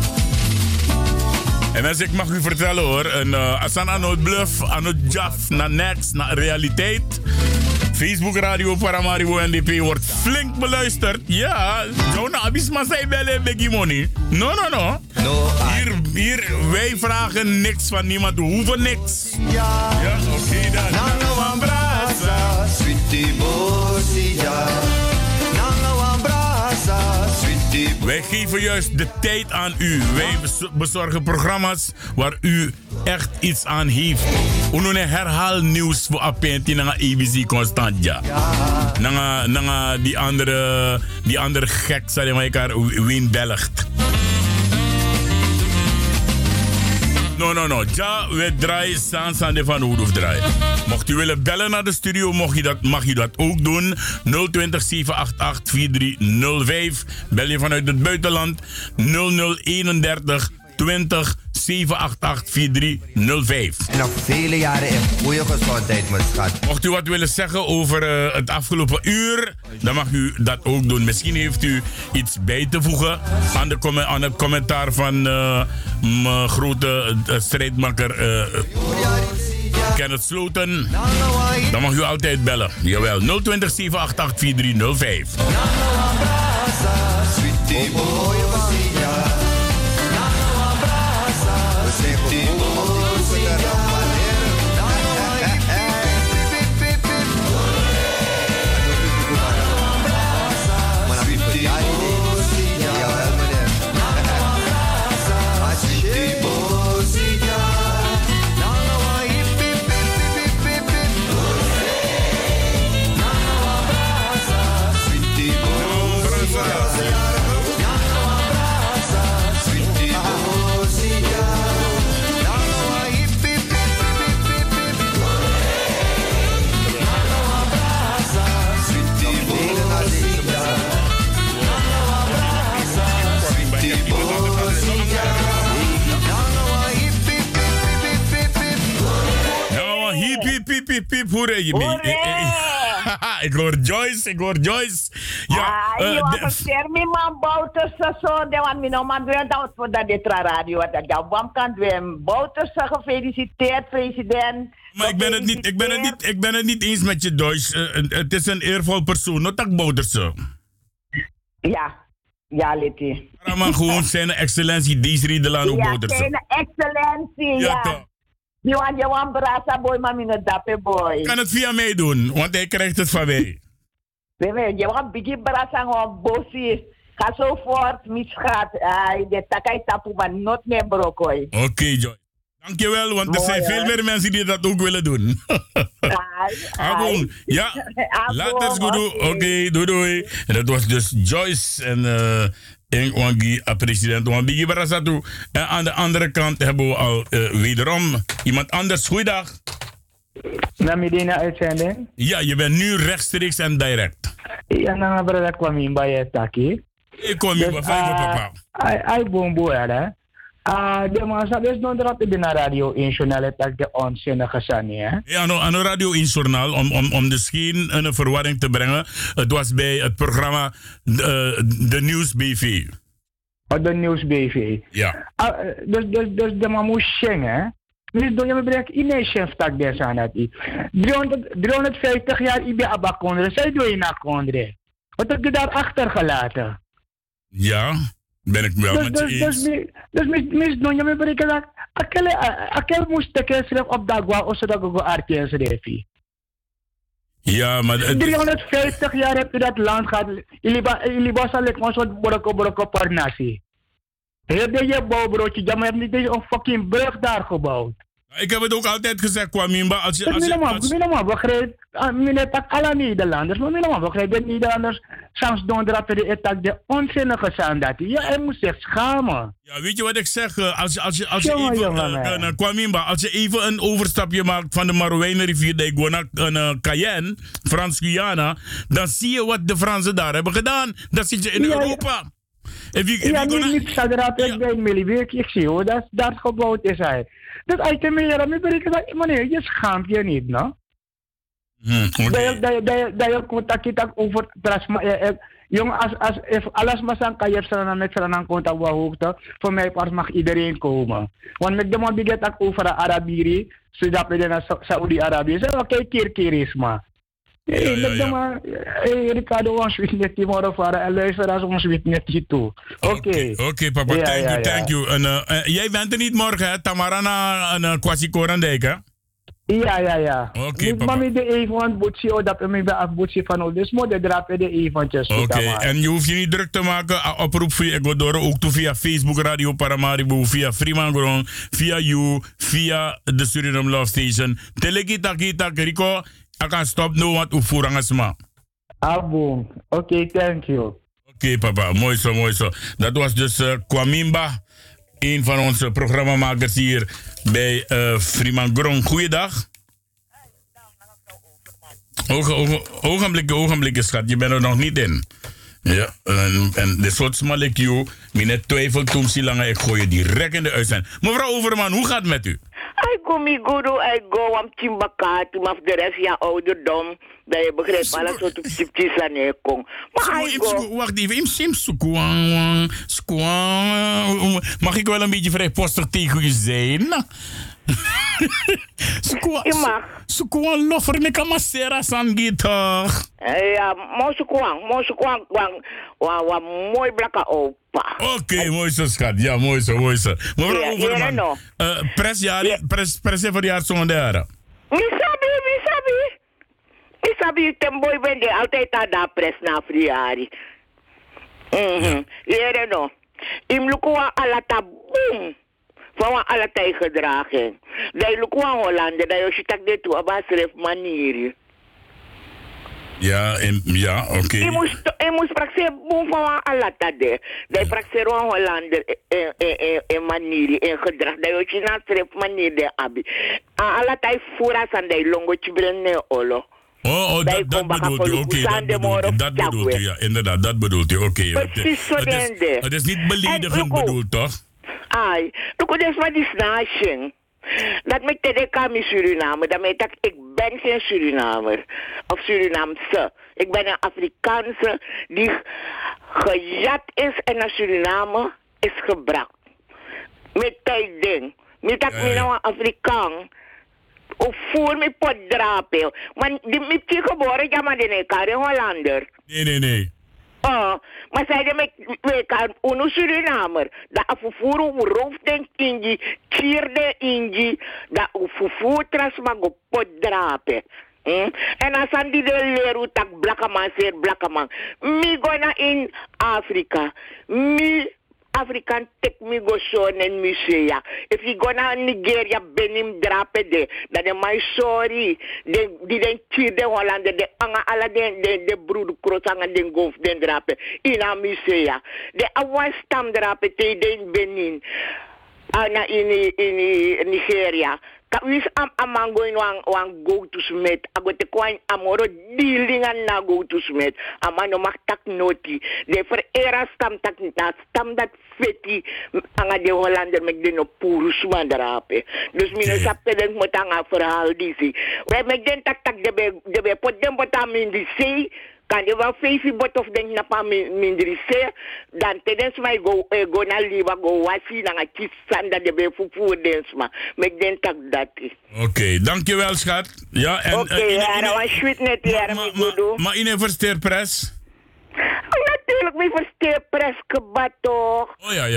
En mensen, ik mag u vertellen hoor, Asan aan het bluff, aan het jaf, naar next, naar realiteit. Facebook Radio Paramaribo NDP wordt flink beluisterd. Ja, zo na abisma zei bellen biggie money. No. Hier, wij vragen niks van niemand, we hoeven niks. Ja, oké dan. Nanga wan brasa, sweetie bosija. Nanga wan brasa, sweetie. Wij geven juist de tijd aan u. Wij bezorgen programma's waar u echt iets aan heeft. Unone herhaal nieuws voor Apenti naar ABC constant ja. Nanga die andere gek zal je elkaar win belgt. No. Ja, we draaien staan de van Hoedhoef draaien. Mocht u willen bellen naar de studio, mag je dat ook doen. 020 788 4305. Bel je vanuit het buitenland 0031 20 788 4305. En nog vele jaren in goede gezondheid, mijn schat. Mocht u wat willen zeggen over het afgelopen uur, dan mag u dat ook doen. Misschien heeft u iets bij te voegen aan het commentaar van mijn grote strijdmakker Kenneth Sloten. Dan mag u altijd bellen. Jawel, 020 788 4305. Piep, hoor je mee? Ik hoor Joyce. Ja, je man Bouterse zo, de wan mi no man doen dat voor dat dit radio dat jouw bam kan doen. Bouterse gefeliciteerd president. Maar ik ben het niet eens met je Joyce. Het is een eervol persoon, notak Bouterse. Ja, Letty. Maar gewoon zijn excellentie Desiree Delano Bouterse. Ja, zijn excellentie, ja. Je wan brasa boy, maar mijn dappe boy. Kan het via mij doen, want hij krijgt het van mij. Je wan bigi brasa gewoon bossie. Ga zo voort, misgaat. De takai tapu, maar not meer brokoi. Oké, Joy. Dankjewel, want er zijn veel meer mensen die dat ook willen doen. Abon. Ja, later goed. Oké, doei. En dat was dus Joyce en En wangi president Wambigi Barasatu. En aan de andere kant hebben we al wederom iemand anders. Goeiedag. Namidina uitzending? Ja, je bent nu rechtstreeks en direct. Ja, nou, brother, kwam in bij je taki. Ik kom hier bij papa. Ai bombo hè. De man sabe is non dat de radio in journal tak de onzinnige sani hè. Ja, aan radio in journaal om de schijn een verwarring te brengen. Het was bij het programma de Nieuws BV. De Nieuws BV. Ja. Dus de man moest schengen. Dus doe je me brek in een chef tak des aan dat 350 jaar ibe abakondre. Zij doe je naar kondre. Wat heb je daar achtergelaten? Ja, ben ik wel met je eens. Dus mis doe je me brek dat akel moest teken schrijf op dagwa of zodat ik artjes schrijf. Ja, maar 350 jaar heb je dat land gehad. Jullie was al een soort boroko parnassi. Heb je bouwbroodje, ja, maar je hebt niet eens een fucking brug daar gebouwd. Ik heb het ook altijd gezegd, Kwamimba. Als je begrijpt, meneer tak alle Nederlanders, maar meneer begrijpt de Nederlanders soms doen dat de etak de onzinnige zijn dat. Ja, hij moet zich schamen. Ja, weet je wat ik zeg? Als je even, Kwamimba, als je even een overstapje maakt van de Marouwijnenrivier naar Cayenne, Frans-Guyana, dan zie je wat de Fransen daar hebben gedaan. Dan zit je in Europa. Niet Sadrap, ik ben Milliweek, ik zie hoe dat gebouwd is hij. Dat uit de meneer, meneer, je schaamt je niet, no? Dat je contact over jongen, als alles maar zijn kan je hebben met z'n contact wat hoogte, voor mij pas mag iedereen komen. Want met de man die het over Arabië, zodat we naar Saudi-Arabië zeggen, oké, keer is maar. Ricardo, ons weet net die morgen varen en luisteraars ons weet net die toe. Oké, papa, thank you. Jij bent er niet morgen, hè? Tamara naar Kwasi Korandijk, hè? Ja. Oké, papa. Maar de even boetje, dat we me afboetje van ons. Dus moet de drapen de eventjes. Oké, en je hoeft je niet druk te maken. Oproep via Ecuador, ook via Facebook Radio Paramaribo, via Freeman, via You, via de Suriname Love Station. Telekita Rico. Ik kan stop nu wat ufurangasma. Boom. Oké, thank you. Oké, papa, mooi zo. Dat was dus Kwamimba, een van onze programmamakers hier bij Freeman. Goeiedag. Ogenblikken, schat, je bent er nog niet in. Ja, en de soort smalek you, net twijfel toen si lang ik gooi je direct in de uitzending. Mevrouw Overman, hoe gaat het met u? I go am timbakati, maar de rest ja ouderdom. Dat je begrijpt, maar dat soort tipjes aan je kom. Maar I go. Wacht even, mag ik wel een beetje vrijpostig tegen u zijn? Je mag. Squan lover ne kamasera sangita. Ja, mooi blakke opa. Oké, mooi zo schat. Ja, mooi zo. Mevrouw Overman, pres je voor jaar zo'n derde. Misabi, temboy ben je altijd aan de pres na friari. Jere no. Im lukua ala taboom. Van alle tijgedraging. Dat je ook aan Hollande, dat je ziet dit toe, abasref manier. Ja, oké. Je moest praktijken boem van alle tijden. Dat je praktijken aan Hollande in manier, in gedrag. Dat je ziet abasref manier de abi. Alle tijd vooras aan de longotje brengen olo. Dat bedoelt u, oké, dat bedoelt u, ja, inderdaad, dat bedoelt u, oké. Precies zo dende. Het is niet beledigend bedoeld, toch? Ai, toen is wat is nation. Dat met de kami Suriname, dat met ik ben geen Surinamer of Surinaamse. Ik ben een Afrikaanse die gejat is en naar Suriname is gebracht. Met tijd ding. Met dat ik nou een Afrikaan. Of voor me pot drapen. Maar die met je geboren, ja maar die is een Hollander. Nee. Maar zij de met uno Surinamer. Dat afvoeren hoe roofdenk in die, kierde in die, dat afvoer trasma go pot drapen. En als aan die de leren tak blakkaman, zeer blakkaman. Mi go na in Afrika. Mi African Technical en musea. If you go naar Nigeria, Benin drape de, dat de my sorry, die den chier de Hollander, de anga ala de broeder kroos den golf den drape, in a musea. De awan stam drape te den Benin, in Nigeria. Kawis amang going wang go to smith. Agote kwang amoro dealing an na go to smith. Amano maktak noti. De for era stam tak stam dat feti anga de Hollander met de no purus mandarape. Dus mino sapte den motanga verhaal disi. We met den tak de be pot den botam in die zee. Kan je wel 5 bot of denk na pa mindri se dan tedens mij go na liwa go wasi na ngati sanda de be fufu dens ma met den tak dati. Oké, dankjewel schat. Ja, en ja, was sweet net hier met godo. Maar in een versteerpres? Natuurlijk, mijn versteerpres kebat toch. Oh ja.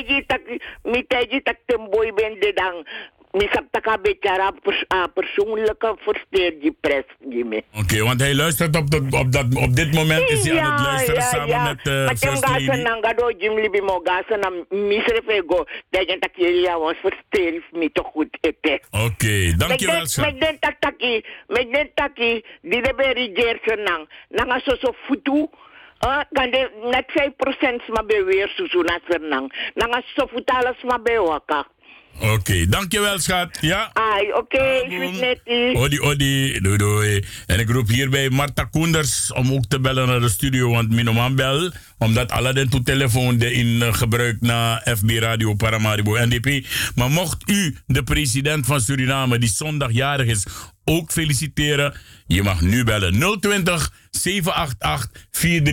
Mi taji tak temboy ben de dan. Misap taka becara persoonlijke versteer die pres me. Oké, want hij luistert op dit moment is hij aan het luisteren samen met First Lady. Maar nanga do Jim Libi mo gasa na misrefego dat je takiria was versteer me toch goed ete. Oké, dankjewel schat. Met den taki die de berigeer nanga so futu. Kan de net 5% ma beweer susu na sernang. Nanga so futalas ma bewaka. Oké, dankjewel schat. Ja. Oké, sweet Odi, doei. En ik roep hierbij Marta Koenders om ook te bellen naar de studio, want mijn bel, omdat alle den to telefoon in gebruik naar FB Radio Paramaribo NDP. Maar mocht u de president van Suriname, die zondag jarig is, ook feliciteren, je mag nu bellen 020 788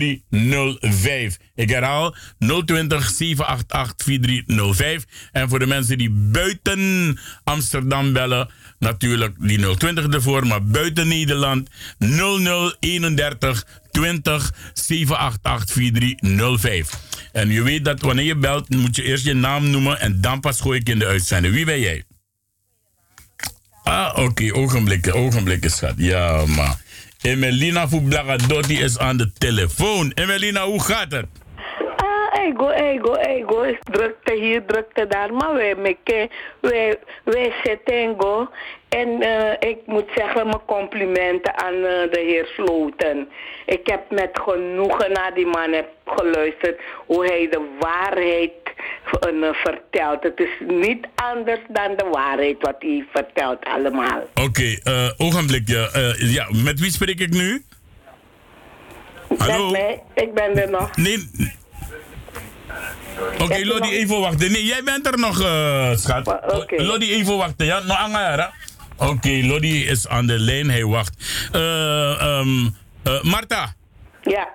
4305. Ik herhaal 020 788 4305. En voor de mensen die buiten Amsterdam bellen, natuurlijk die 020 ervoor, maar buiten Nederland 0031 20 788 4305. En je weet dat wanneer je belt, moet je eerst je naam noemen en dan pas gooi ik in de uitzending. Wie ben jij? Oké, ogenblikken schat. Ja, maar Emelina Fublagadoti is aan de telefoon. Emelina, hoe gaat het? Ego. Drukte hier, drukte daar. Maar wij zitten go. En ik moet zeggen, mijn complimenten aan de heer Sloten. Ik heb met genoegen naar die man geluisterd. Hoe hij de waarheid vertelt. Het is niet anders dan de waarheid wat hij vertelt allemaal. Oké, ogenblikje. Ja, met wie spreek ik nu? Hallo? Met mij, ik ben er nog. Nee. Oké, Lodi, even wachten. Nee, jij bent er nog, schat. Lodi, even wachten. Ja, nog angara. Oké, Lodi is aan de lijn. Hij wacht. Marta. Ja.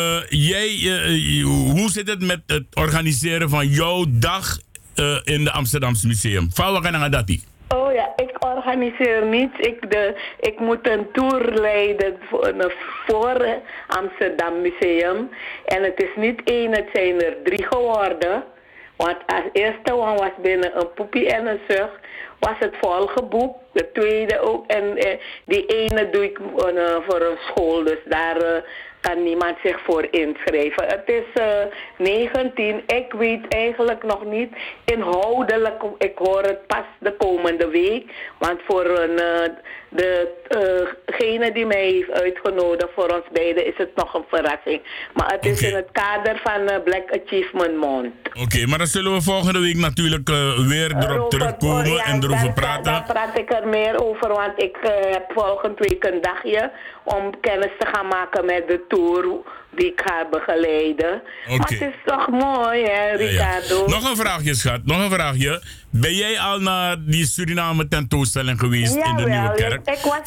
Hoe zit het met het organiseren van jouw dag in de Amsterdamse Museum? Oh ja, ik organiseer niets. Ik moet een tour leiden voor Amsterdam Museum. En het is niet 1, het zijn er 3 geworden. Want als eerste was binnen een poepie en een zucht, was het volgeboekt. De tweede ook. En die ene doe ik voor een school. Dus daar kan niemand zich voor inschrijven. Het is 19. Ik weet eigenlijk nog niet inhoudelijk. Ik hoor het pas de komende week. Want voor degene die mij heeft uitgenodigd voor ons beiden is het nog een verrassing. Maar het is in het kader van Black Achievement Month. Oké, maar dan zullen we volgende week natuurlijk weer erop terugkomen en erover praten. Daar praat ik er meer over, want ik heb volgende week een dagje om kennis te gaan maken met de tour die ik ga begeleiden. Maar het is toch mooi, hè, Ricardo? Ja. Nog een vraagje, schat. Nog een vraagje. Ben jij al naar die Suriname tentoonstelling geweest in de Nieuwe Kerk?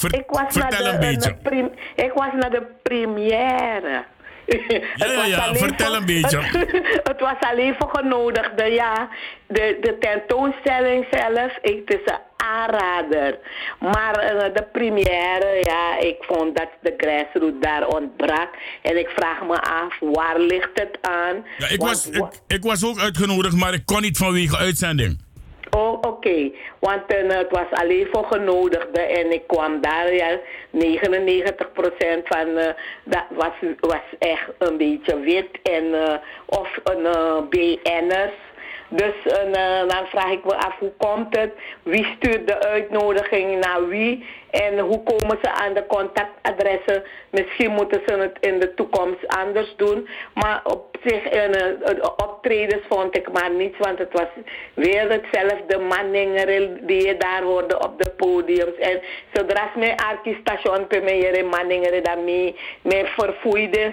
Ik was naar de première. Ja, vertel een beetje. Het was alleen voor genodigden, ja. De tentoonstelling zelf, het is een aanrader. Maar de première, ja, ik vond dat de grassroots daar ontbrak. En ik vraag me af, waar ligt het aan? Ja, ik was ook uitgenodigd, maar ik kon niet vanwege uitzending. Oh, oké. Want het was alleen voor genodigden en ik kwam daar, ja, 99% van dat was echt een beetje wit en of een BN'ers. Dus dan vraag ik me af, hoe komt het? Wie stuurt de uitnodiging naar wie? En hoe komen ze aan de contactadressen? Misschien moeten ze het in de toekomst anders doen. Maar op zich, optredens vond ik maar niets. Want het was weer hetzelfde manningen die je daar hoorde op de podiums. En zodra ze mijn arkiestation per mij manningen daarmee vervoeiden.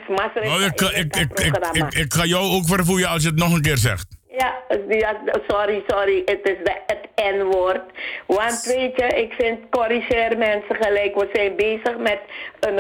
Ik ga jou ook vervoeien als je het nog een keer zegt. Ja, sorry, het is het N-woord. Want weet je, ik vind corrigeer mensen gelijk. We zijn bezig met een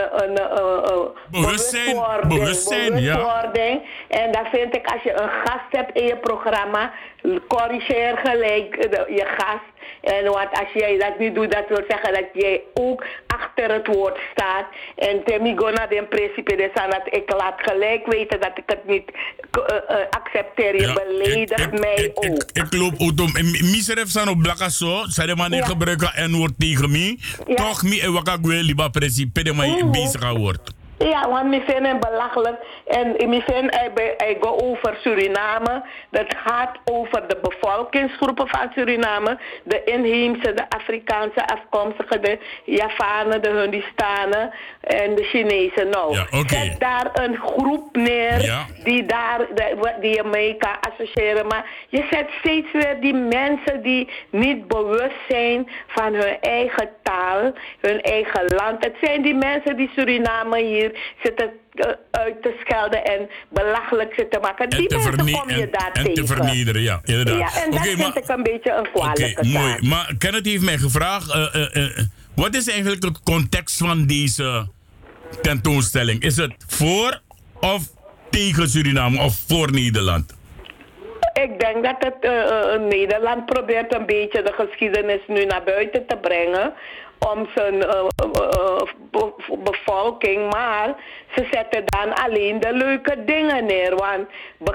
bewustwording. Ja. En dan vind ik, als je een gast hebt in je programma, corrigeer gelijk je gast. En want als jij dat niet doet, dat wil zeggen dat jij ook achter het woord staat. En temigona den principe de sanat, ik laat gelijk weten dat ik het niet accepteer. Je beledigt mij ook. Ik loop uit om. Miseref zijn op blakken zo. Zij de man gebruiken N-woord tegen mij. Toch me en wakak wel liever principe de mij bezig wordt. Ja, want ik vind het belachelijk. En ik vind hij gaat over Suriname. Dat gaat over de bevolkingsgroepen van Suriname. De inheemse, de Afrikaanse afkomstigen, de Javanen, de Hindustanen en de Chinezen. Nou, zet daar een groep neer die je mee kan associëren. Maar je zet steeds weer die mensen die niet bewust zijn van hun eigen taal, hun eigen land. Het zijn die mensen die Suriname hier zitten uit te schelden en belachelijk zitten maken. Die mensen kom je daar tegen. En te vernederen, ja, inderdaad. Ja, en dat vind ik een beetje een kwalijke zaak. Mooi. Maar Kenneth heeft mij gevraagd, wat is eigenlijk het context van deze tentoonstelling? Is het voor of tegen Suriname of voor Nederland? Ik denk dat het Nederland probeert een beetje de geschiedenis nu naar buiten te brengen om zijn bevolking, maar ze zetten dan alleen de leuke dingen neer. Want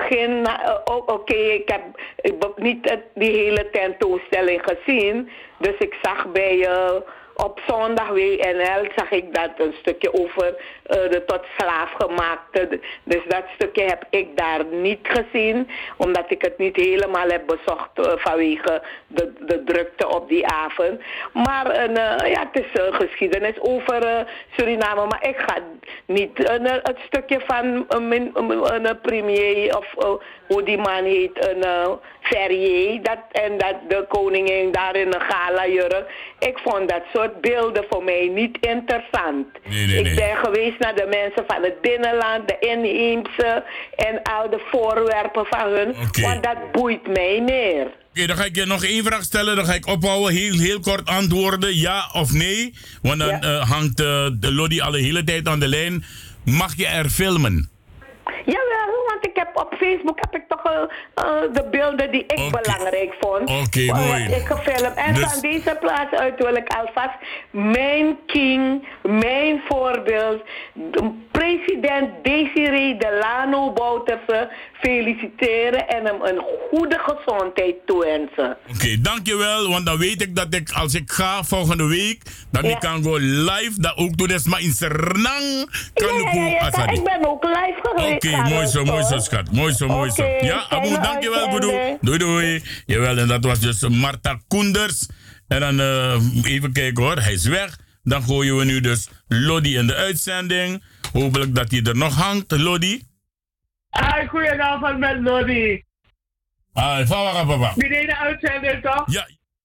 ik heb niet die hele tentoonstelling gezien, dus ik zag bij op zondag WNL zag ik dat een stukje over de tot slaafgemaakte. Dus dat stukje heb ik daar niet gezien, omdat ik het niet helemaal heb bezocht vanwege de drukte op die avond. Maar het is een geschiedenis over Suriname, maar ik ga niet het stukje van een premier of hoe die man heet, een Ferrier, dat de koningin daar in een gala-jurk. Ik vond dat soort beelden voor mij niet interessant. Nee. Ik ben geweest naar de mensen van het binnenland, de inheemse en al de voorwerpen van hun, want dat boeit mij meer. Oké, dan ga ik je nog één vraag stellen, dan ga ik ophouden, heel kort antwoorden, ja of nee. Want dan hangt de Lodi al de hele tijd aan de lijn. Mag je er filmen? Jawel, want ik heb op Facebook toch de beelden die ik belangrijk vond. Mooi. Ik gefilmd. En van deze plaats uit wil ik alvast mijn king, mijn voorbeeld, president Desiree Delano Bouterse feliciteren en hem een goede gezondheid toewensen. Oké, dankjewel, want dan weet ik dat als ik ga volgende week, dat ik kan go live, dat ook doen is maar in Sernang. Ik ben ook live geweest. Mooi zo, schat. Mooi zo. Ja, Abu, dankjewel, Boedoe. Doei. Jawel, en dat was dus Marta Koenders. En dan even kijken hoor, hij is weg. Dan gooien we nu dus Lodi in de uitzending. Hopelijk dat hij er nog hangt, Lodi. Goedenavond met Lodi. Papa. Die deed de uitzending toch? Ja.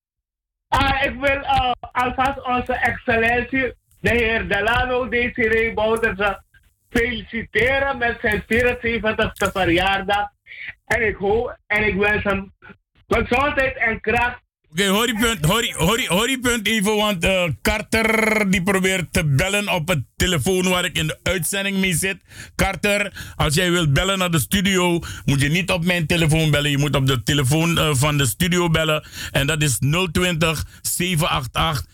Ik wil alvast onze excellentie, de heer Delano Desiree Bouterse, feliciteren met zijn 74ste verjaardag. En ik wens hem gezondheid en kracht. Oké, hoor die punt even, want Carter die probeert te bellen op het telefoon waar ik in de uitzending mee zit. Carter, als jij wilt bellen naar de studio, moet je niet op mijn telefoon bellen. Je moet op de telefoon van de studio bellen. En dat is 020 788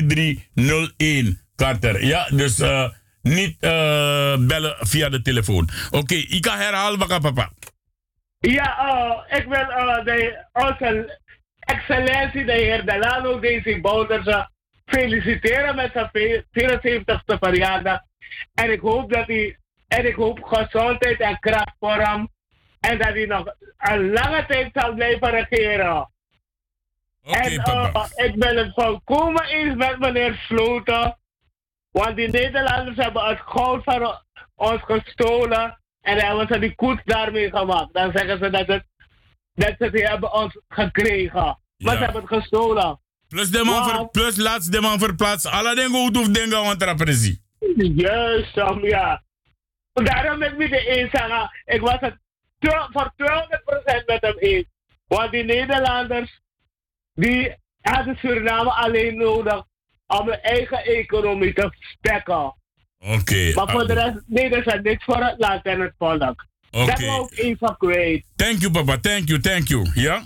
4301. Carter, ja, dus niet bellen via de telefoon. Oké, ik kan herhalen, papa. Ja, ik wil onze excellentie de heer Delano Desi Bouterse feliciteren met zijn 74ste verjaardag. En ik hoop dat hij, en ik hoop gezondheid en kracht voor hem. En dat hij nog een lange tijd zal blijven regeren. En ik ben het volkomen eens met meneer Sloten. Want die Nederlanders hebben het goud van ons gestolen. En hebben ze die koets daarmee gemaakt. Dan zeggen ze dat ze die hebben ons gekregen. Maar ze hebben het gestolen. Plus laatst de man verplaatst. Alle dingen goed of dingen want er precies. Juist, ja. Daarom ben ik niet de eens zeggen. Ik was het voor 200% met hem eens. Want die Nederlanders, die hadden Suriname alleen nodig om hun eigen economie te spekken. Maar voor de rest, nee, er is niks voor het land en het volk. Dat wou ik even kwijt. Thank you, papa. Thank you. Ja?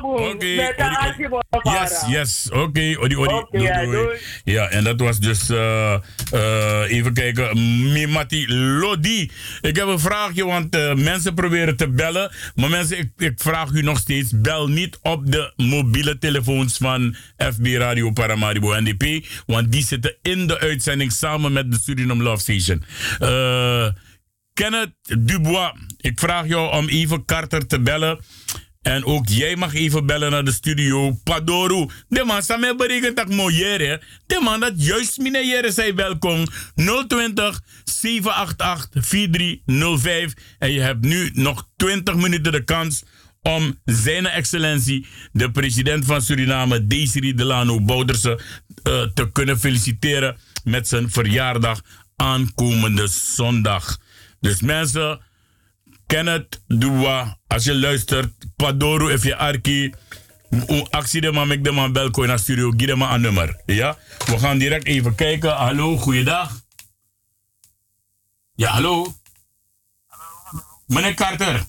Yes. Oké. Doei. Ja, en dat was dus, even kijken, Mimati Lodi. Ik heb een vraagje, want mensen proberen te bellen. Maar mensen, ik vraag u nog steeds, bel niet op de mobiele telefoons van FB Radio Paramaribo NDP. Want die zitten in de uitzending samen met de Suriname Love Station. Kenneth Dubois, ik vraag jou om even Carter te bellen. En ook jij mag even bellen naar de studio. Padoru. De man staat mij berekend dat moeier. De man dat juist meneer zei welkom. 020 788 4305. En je hebt nu nog 20 minuten de kans om zijn excellentie, de president van Suriname, Desiree Delano Bouterse, te kunnen feliciteren met zijn verjaardag aankomende zondag. Dus mensen, Kenneth Dua, als je luistert, Padoru if je arki, actie de man, make de man belko in de studio, geef de man een nummer. Ja? We gaan direct even kijken. Hallo, goeiedag. Ja, hallo. Meneer Carter.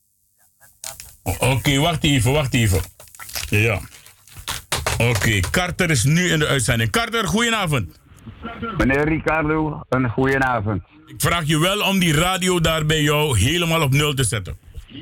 Oké, wacht even. Ja. Oké, Carter is nu in de uitzending. Carter, goedenavond. Meneer Ricardo, een goedenavond. Ik vraag je wel om die radio daar bij jou helemaal op 0 te zetten.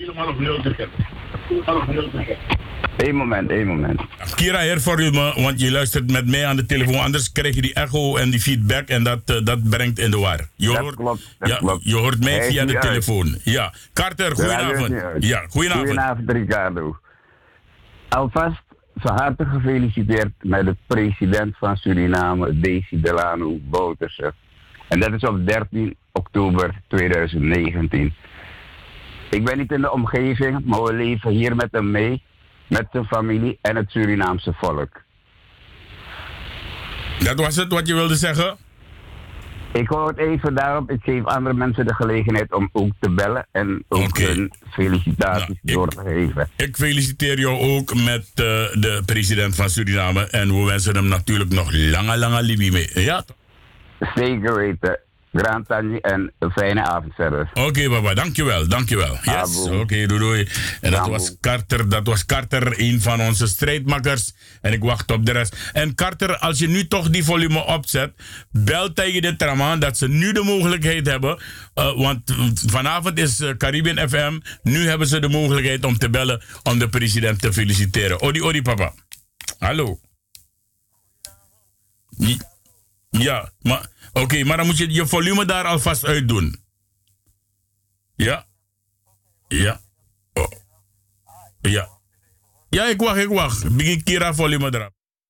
Eén moment. Kira, hervorm je me, want je luistert met mij aan de telefoon. Anders krijg je die echo en die feedback en dat brengt in de war. Klopt. Je hoort mij via de telefoon. Ja. Carter, goedenavond. Ja, goedenavond. Goedenavond, Ricardo. Alvast van harte gefeliciteerd met de president van Suriname, Desiree Delano Bouterse. En dat is op 13 oktober 2019. Ik ben niet in de omgeving, maar we leven hier met hem mee, met zijn familie en het Surinaamse volk. Dat was het wat je wilde zeggen? Ik hoor het even daarop. Ik geef andere mensen de gelegenheid om ook te bellen en ook hun felicitaties door te geven. Ik feliciteer jou ook met de president van Suriname en we wensen hem natuurlijk nog lange liefie mee. Ja? Zeker weten. Grand Tanji en een fijne avond verder. Oké, baba, dankjewel. Yes, oké, doei. En dat was Carter, een van onze strijdmakkers. En ik wacht op de rest. En Carter, als je nu toch die volume opzet, bel tegen de tramman dat ze nu de mogelijkheid hebben. Want vanavond is Caribbean FM. Nu hebben ze de mogelijkheid om te bellen om de president te feliciteren. Odi, papa. Hallo. Ja, maar... Oké, maar dan moet je je volume daar alvast uitdoen. Ja. Ja, ik wacht. Begin Kira volume erop.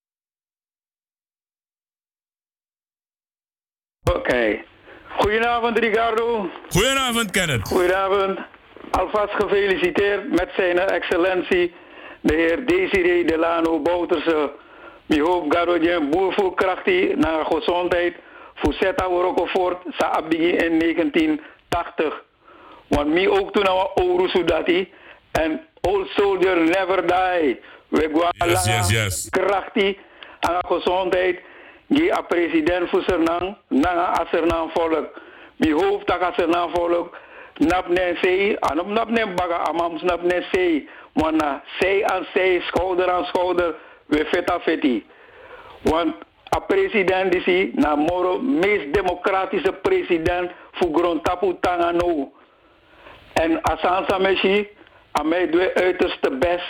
Oké. Goedenavond, Ricardo. Goedenavond, Kenneth. Goedenavond. Alvast gefeliciteerd met zijn excellentie, de heer Desiree Delano Bouterse. Ik hoop dat je boer voor krachtig naar gezondheid. Voor Zeta Woroko voort, sa abdigi in 1980. Want mij ook toen al oru sudati. En old soldier never die. We gaan yes. krachtig aan gezondheid. Die a president voor Sernang, nanga a Sernang volk. Mij hoop dat a Sernang volk nap ne sei, anop nap ne baga amam snap ne sei. Want zij aan zij, schouder aan schouder, we feta feti. Want a president is hij, na moro, meest democratische president voor grondtapu tangano. En asansa meshi, a mij doe uiterste best,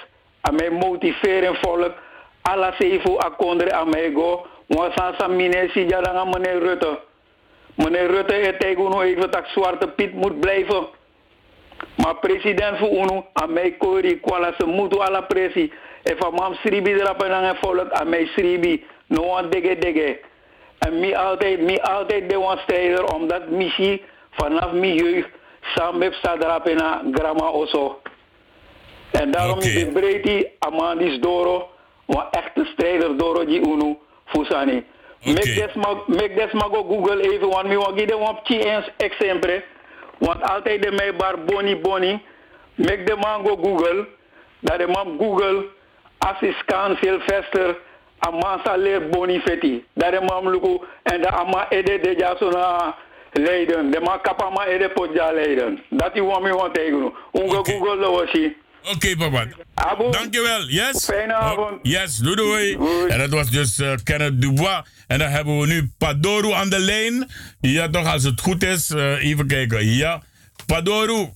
aan mij motiveren volk. Alla zeven akondre aan mij go. Want san mine si jadang aan meneer Rutte. Meneer Rutte heeft tegen even dat Zwarte Piet moet blijven. Maar president voor UNO, aan mij kori, kwala ze moeten alla presi. En van mam sribi erapen aan volk, aan mij sribi. No one dege. En mij altijd de one strijder, omdat missie vanaf mijn jeugd samen met staat naar grandma oso. En daarom is de breedte Amandis Doro, een echte strijder Doro die UNO, Fusani. Make this maar go Google even, want ik wil geven op 10 exempel. Want altijd de mij bar boni. Make the man go Google. Dat de man Google, assistant Sylvester, Amasa leer boni feti. Dat de man luku, en de ama ede de jasona Leiden. De man kapama ede potja Leiden. Dat is wat ik wil tegen. Onge Google de washi. Oké, papa. Dankjewel. Yes? Fijne avond. Yes, doei. En dat was dus Kenneth Dubois. En dan hebben we nu Padoru aan de lijn. Ja, toch, als het goed is. Even kijken. Ja, Padoru.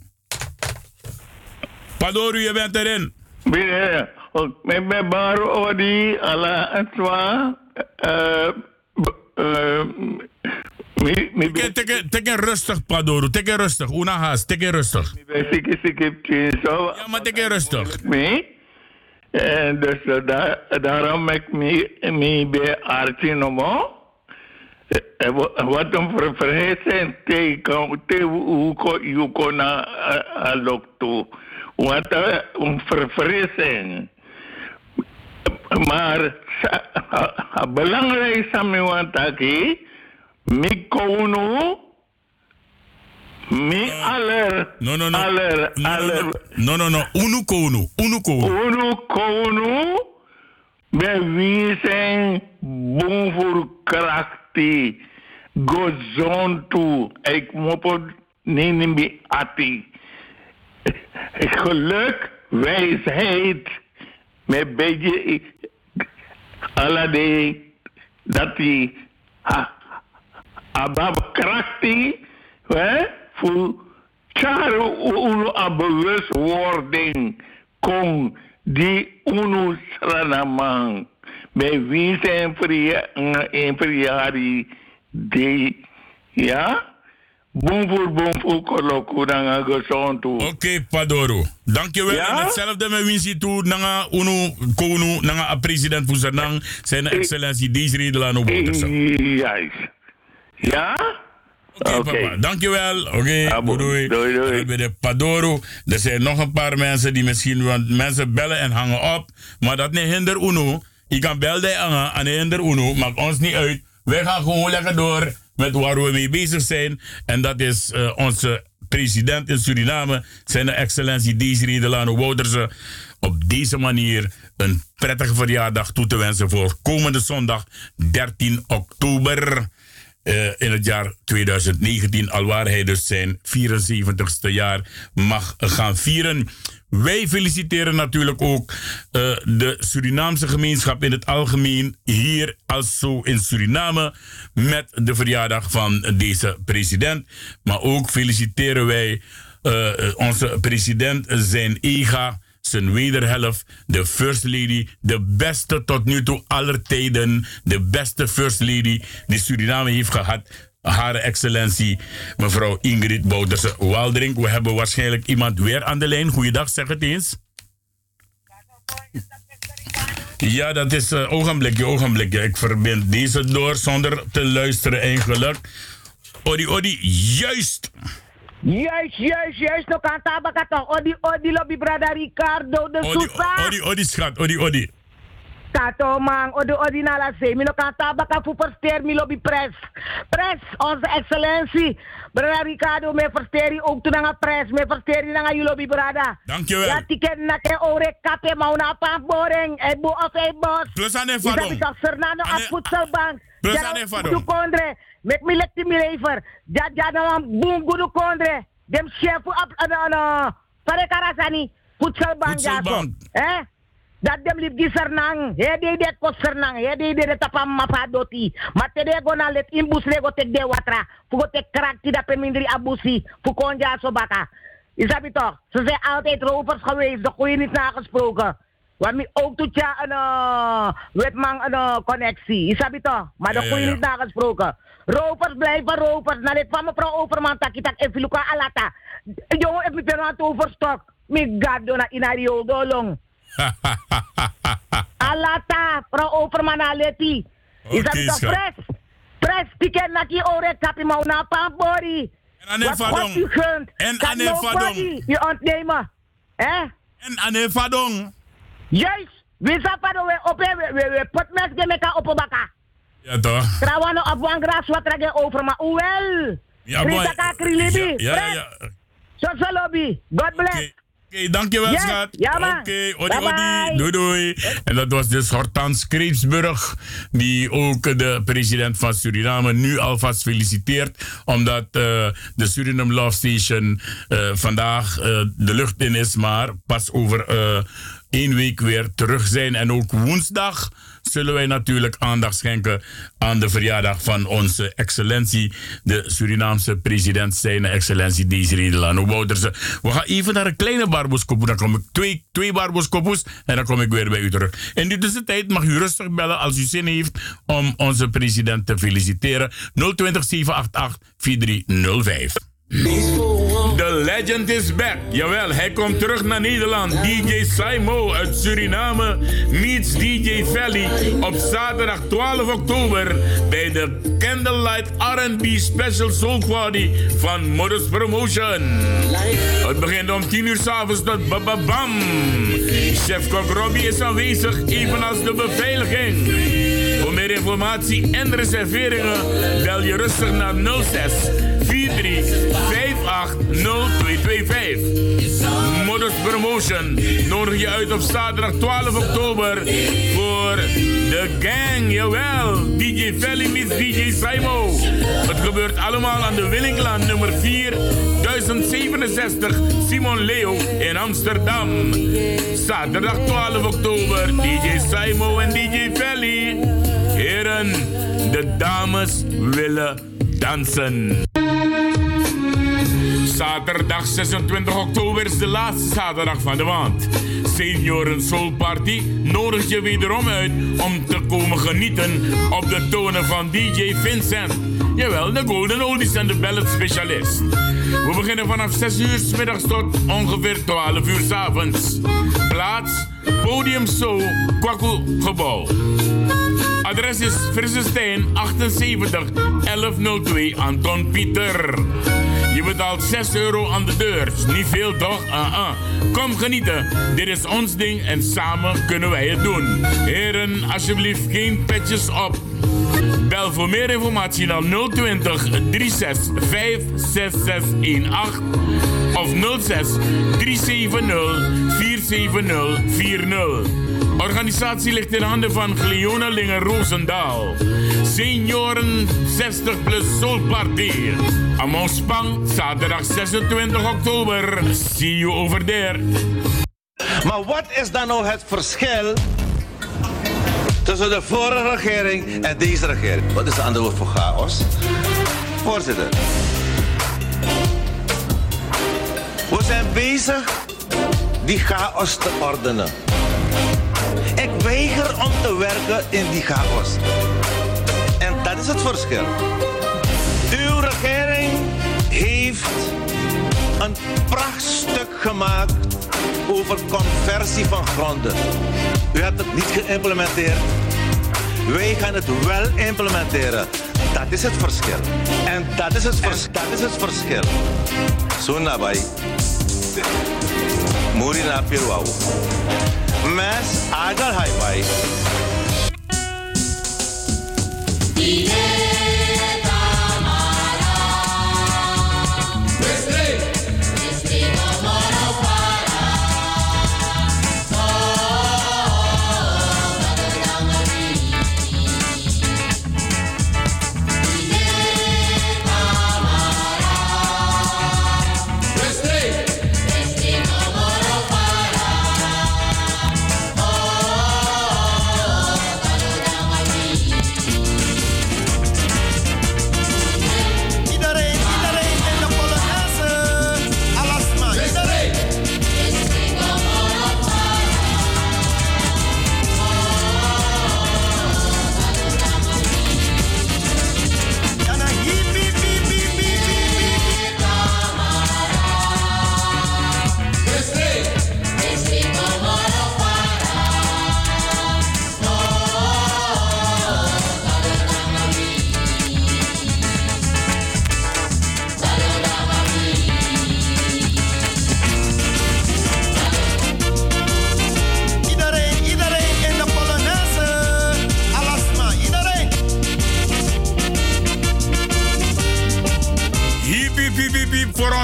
Padoru, je bent erin. Binnen. Ik ben Baro Odi, ala Atwa. Teken rustig, Padoru. Teken rustig. Una haast. Teken rustig. Ja, maar teken rustig. En dus daarom ik me bij Artinomo. Wat een verfrissing tegen hoe kon naar dokter. Wat een verfrissing. Maar het belangrijkste aan mij want ik mi kounu mi aller no unu kounu be wiesen bonvoerkrachti gozontu ik mopo nini ati geluk wijsheid met beetje alade dat die abab krachti voor charo unu a bewustwording kon die unu sranamang bij wie zijn verjaardag die ja bonvoer kolokudanga gezond toe. Oké, Padoru. Dankjewel. Ja? En hetzelfde met winsi toe nanga unu konu nanga president Fuzanang zijn excellentie Desiree Delano Bouterse. Juist. Ja? Oké, papa. Dankjewel. Oké, doei. Bij de Padoru. Er zijn nog een paar mensen die misschien, want mensen bellen en hangen op. Maar dat niet hinder uno. Je kan bellen en hinder uno. Maakt ons niet uit. Wij gaan gewoon lekker door met waar we mee bezig zijn. En dat is onze president in Suriname, zijn excellentie Desiree Delano Bouterse. Op deze manier een prettige verjaardag toe te wensen voor komende zondag 13 oktober. In het jaar 2019, alwaar hij dus zijn 74ste jaar mag gaan vieren. Wij feliciteren natuurlijk ook de Surinaamse gemeenschap in het algemeen, hier als zo in Suriname, met de verjaardag van deze president. Maar ook feliciteren wij onze president, zijn EGA, zijn wederhelft, de First Lady, de beste tot nu toe aller tijden, de beste First Lady die Suriname heeft gehad, haar excellentie mevrouw Ingrid Bouterse Waldring. We hebben waarschijnlijk iemand weer aan de lijn. Goeiedag, zeg het eens. Ja, dat is ogenblikje. Ik verbind deze door zonder te luisteren eigenlijk. Odi, juist. Juist. No kan tabaka toch. Odi lobby brada Ricardo de Sousa. Odi, schat. Odi. Kato man, odi nala se. Mi no kan tabaka fu versteer mi lobby press. Press, onze excellentie. Brada Ricardo, me versteer ook toen aan press. Me versteer je aan je lobby brada. Dankjewel. Ja, tiket na ke ore kape mauna pamboring. Ebo of ebos. Plus aan de vadong. Isabi toch Fernando a voedselbank. Plus aan de vadong. Kondre. Mek mi lekti mi lever. Ja na boom gudu kondre. Dem chef op pare karasani. Voedselbank jaso. Dat dem lip di sernang. He de ko sernang. He de tapam mapadoti. Matede go na let imbus lego tek de watra. Fugo tek karakti da pemindri abusi. Fukonja so baka. Isabi toch? Ze zijn altijd rovers geweest. De goeie niet nagesproken. Want mi ook doet ja een wetman een connectie. Is dat toch? Maar dat kun je niet nagesproken. Rovers blijven rovers. Na dit van mevrouw Overman takitak en filuka alata. Jongen, ik ben aan het overstok. Mi gado na inario dolong. Alata, mevrouw Overman aleti. Is dat toch pres? Pres, piken naki ore tapi mau na pambori. Wat God u gunt. En kan nobody je ontnemen. En ane fadong. Juist. We zaten we potmes gemeka op baka. Ja toch. Trouwens op wangras wat er over maar wel. Ja boy. Ja. Zo lobby. God bless. Oké, dankjewel schat. Ja man. Oké, odi. Doei doei. En dat was dus Hortans Kreepsburg, die ook de president van Suriname nu alvast feliciteert, omdat de Suriname Love Station vandaag de lucht in is, maar pas over 1 week weer terug zijn. En ook woensdag zullen wij natuurlijk aandacht schenken aan de verjaardag van onze excellentie, de Surinaamse president, zijn excellentie Desiree Delano Bouterse. We gaan even naar een kleine barboskopoes. Dan kom ik twee barboskopoes en dan kom ik weer bij u terug. In die tussentijd mag u rustig bellen als u zin heeft om onze president te feliciteren. 020 788 4305. The legend is back. Jawel, hij komt terug naar Nederland. DJ Saimo uit Suriname meets DJ Valley op zaterdag 12 oktober bij de Candlelight R&B Special Soul Party van Modus Promotion. Het begint om 10 uur 's avonds tot bababam. Chef-kok Robbie is aanwezig, evenals de beveiliging. Voor meer informatie en reserveringen bel je rustig naar 06 43 58 0225. Modus Promotion nodig je uit op zaterdag 12 oktober voor de gang. Jawel, DJ Valley meets DJ Saimo. Het gebeurt allemaal aan de Willinklaan nummer 4, 1067 Simon Leo in Amsterdam. Zaterdag 12 oktober, DJ Saimo en DJ Valley. Heren, de dames willen dansen. Zaterdag 26 oktober is de laatste zaterdag van de maand. Senioren Soul Party nodigt je wederom uit om te komen genieten op de tonen van DJ Vincent. Jawel, de Golden Oldies en de Ballad Specialist. We beginnen vanaf 6 uur 's middags tot ongeveer 12 uur 's avonds. Plaats Podium Soul, Kwaku Gebouw. Adres is Frissestein 78 1102 Anton Pieter. Je betaalt €6 aan de deur. Is niet veel toch? Kom genieten. Dit is ons ding en samen kunnen wij het doen. Heren, alsjeblieft geen petjes op. Bel voor meer informatie naar 020 36 56618 of 06 370 47040. Organisatie ligt in handen van Gleona Linger Roosendaal. Senioren 60 plus Soul Party. Among Spang, zaterdag 26 oktober. See you over there. Maar wat is dan nou het verschil tussen de vorige regering en deze regering? Wat is de andere woord voor chaos? Voorzitter. We zijn bezig die chaos te ordenen. Ik weiger om te werken in die chaos. En dat is het verschil. Uw regering heeft een prachtstuk gemaakt over conversie van gronden. U hebt het niet geïmplementeerd. Wij gaan het wel implementeren. Dat is het verschil. En dat is het verschil. Zo nabij. Muri na Peruau. Mas agar hai bai.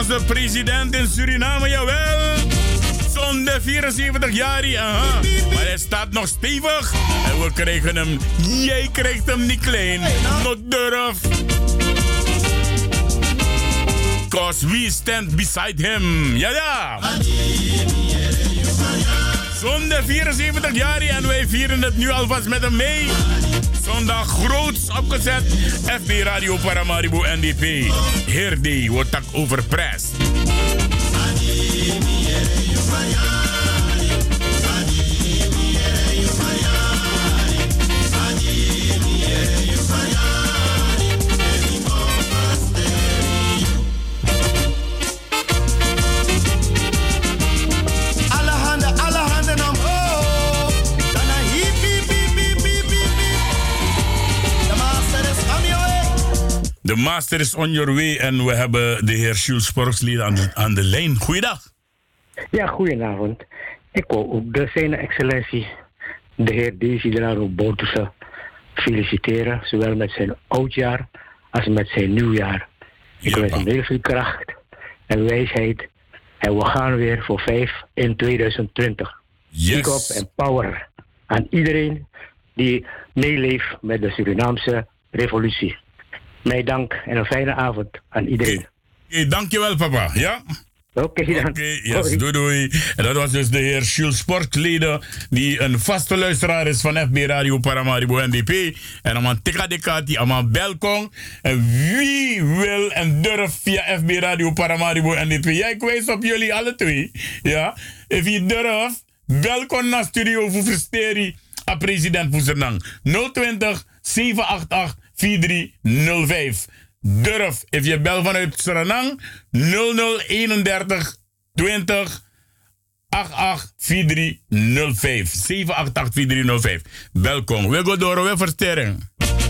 onze president in Suriname, jawel. Zonde 74 jaar, aha. Maar hij staat nog stevig. En we krijgen hem, jij krijgt hem niet klein. Not durf. Cause we stand beside him. Ja, ja. Zonde 74 jaar en wij vieren het nu alvast met hem mee. Zondag groots opgezet. FB Radio Paramaribo NDP. Heerde wordt ook overprijsd. De master is on your way en we hebben de heer Jules Sporkslied aan de lijn. Goeiedag. Ja, goedenavond. Ik wil ook de zijn excellentie, de heer Desi Delano Bouterse, feliciteren. Zowel met zijn oudjaar als met zijn nieuwjaar. Ik wens hem heel veel kracht en wijsheid. En we gaan weer voor 5 in 2020. Yes. Pick up en power aan iedereen die meeleeft met de Surinaamse revolutie. Mij dank en een fijne avond aan iedereen. Okay, dankjewel papa, ja? Oké, dan. Oké, yes, doei. En dat was dus de heer Jules Sporkleden, die een vaste luisteraar is van FB Radio Paramaribo NDP. En allemaal tikadekati, allemaal belkom. En wie wil en durft via FB Radio Paramaribo NDP? Ja, ik wijs op jullie alle twee. Ja, if je durft, welkom naar studio voor versteri aan president Poezernang. 020 788 4305. Durf, if je bel vanuit Suriname, 0031 20 88 4305. 788 4305. Welkom. We gaan door, we versterren.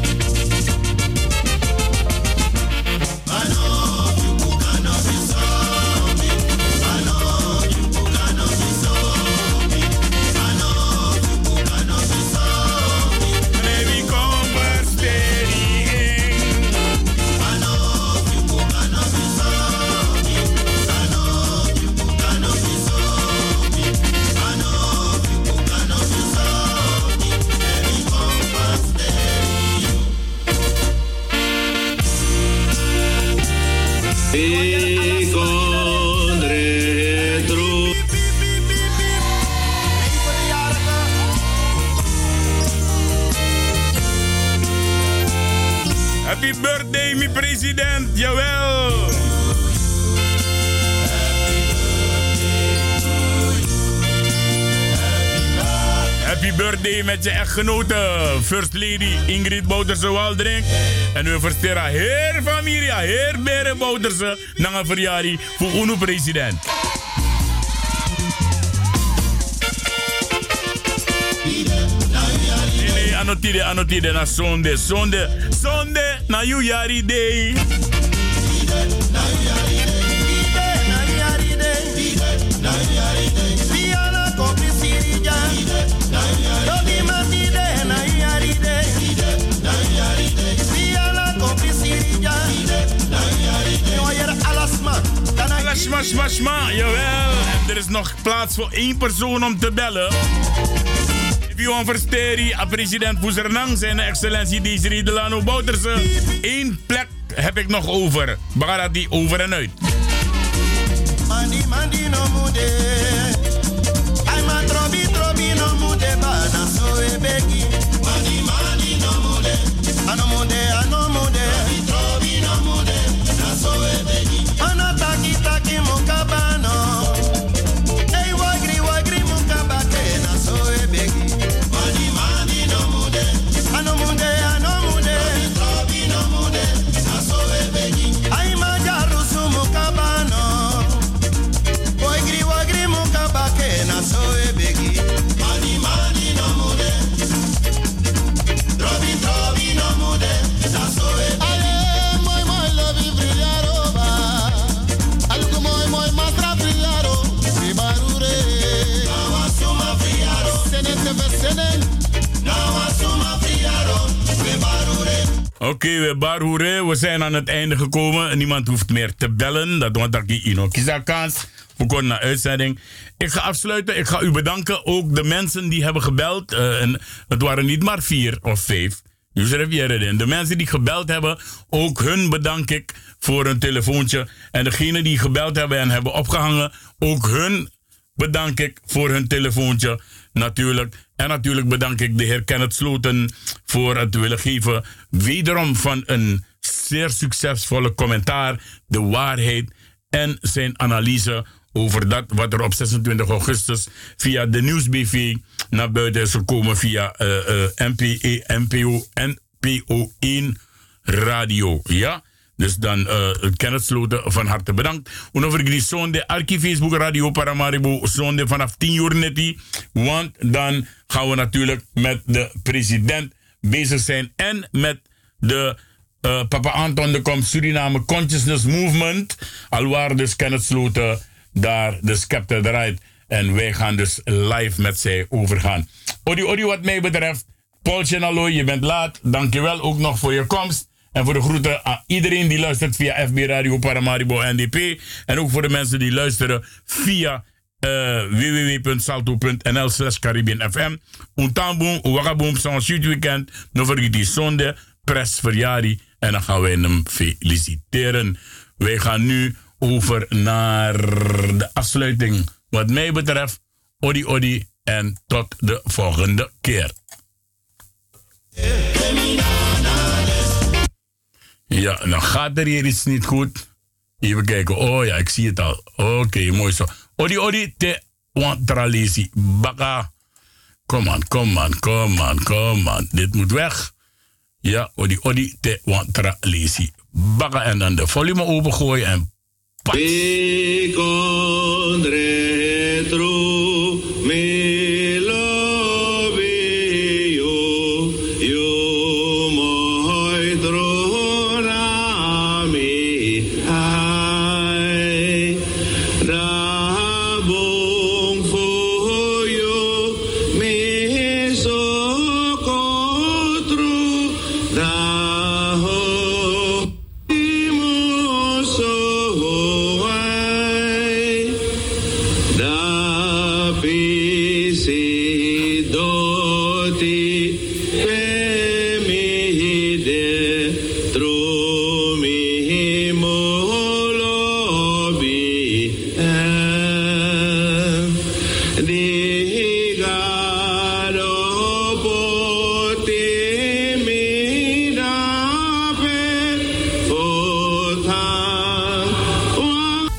Happy birthday, mijn president, jawel! Happy birthday met je echtgenote, First Lady Ingrid Bouterse-Waldrink. En we versteren heer familie, heer Beren Bouterse, naar een verjaardag voor onze president. Anotide na Sonde na you yari day. Alasma, jawel. En er is nog plaats voor 1 persoon om te bellen. Johan Versteri, president Poezernang, zijn excellentie Desiree Delano Bouterse. 1 plek heb ik nog over. Bagara die over en uit. Mandi no mude. I'm a trobi no mude bana so ebeki. Mandi no mude. Ano mude. Trobi no mude. Na so ebeki. Ana taki mukabano. Hey wagri mukabate na so ebeki. Trobi no mude, na so ebeki. Ay ma jarusu muka Oké, Barhoere, we zijn aan het einde gekomen. Niemand hoeft meer te bellen. Dat want ik Ino kies kans. We komen naar uitzending. Ik ga afsluiten. Ik ga u bedanken. Ook de mensen die hebben gebeld. En het waren niet maar 4 of 5. De mensen die gebeld hebben, ook hun bedank ik voor een telefoontje. En degenen die gebeld hebben en hebben opgehangen, ook hun bedank ik voor hun telefoontje. Natuurlijk. En natuurlijk bedank ik de heer Kenneth Sloten voor het willen geven wederom van een zeer succesvolle commentaar, de waarheid en zijn analyse over dat wat er op 26 augustus via de Nieuwsbv naar buiten is gekomen via NPO 1 radio. Ja? Dus dan Kenneth Sloten van harte bedankt. En die zonde Arki Facebook Radio Paramaribo zonde vanaf 10 uur net. Want dan gaan we natuurlijk met de president bezig zijn. En met de Papa Anton de Kom Suriname Consciousness Movement. Alwaar dus Kenneth Sloten daar de scepter draait. En wij gaan dus live met zij overgaan. Odi wat mij betreft. Paultje Naloy, je bent laat. Dankjewel ook nog voor je komst. En voor de groeten aan iedereen die luistert via FB Radio Paramaribo NDP. En ook voor de mensen die luisteren via www.salto.nl/Caribbean FM. Untamboom, Wagaboom, sans weekend. Nog vergeet die zonde, pres verjari. En dan gaan wij hem feliciteren. Wij gaan nu over naar de afsluiting. Wat mij betreft, odi en tot de volgende keer. Ja, dan gaat er hier iets niet goed. Even kijken. Oh ja, ik zie het al. Oké, mooi zo. Odi te wantralisi. Baka. Kom aan. Dit moet weg. Ja, odi te wantralisi. Baka en dan de volume opengooien en pat.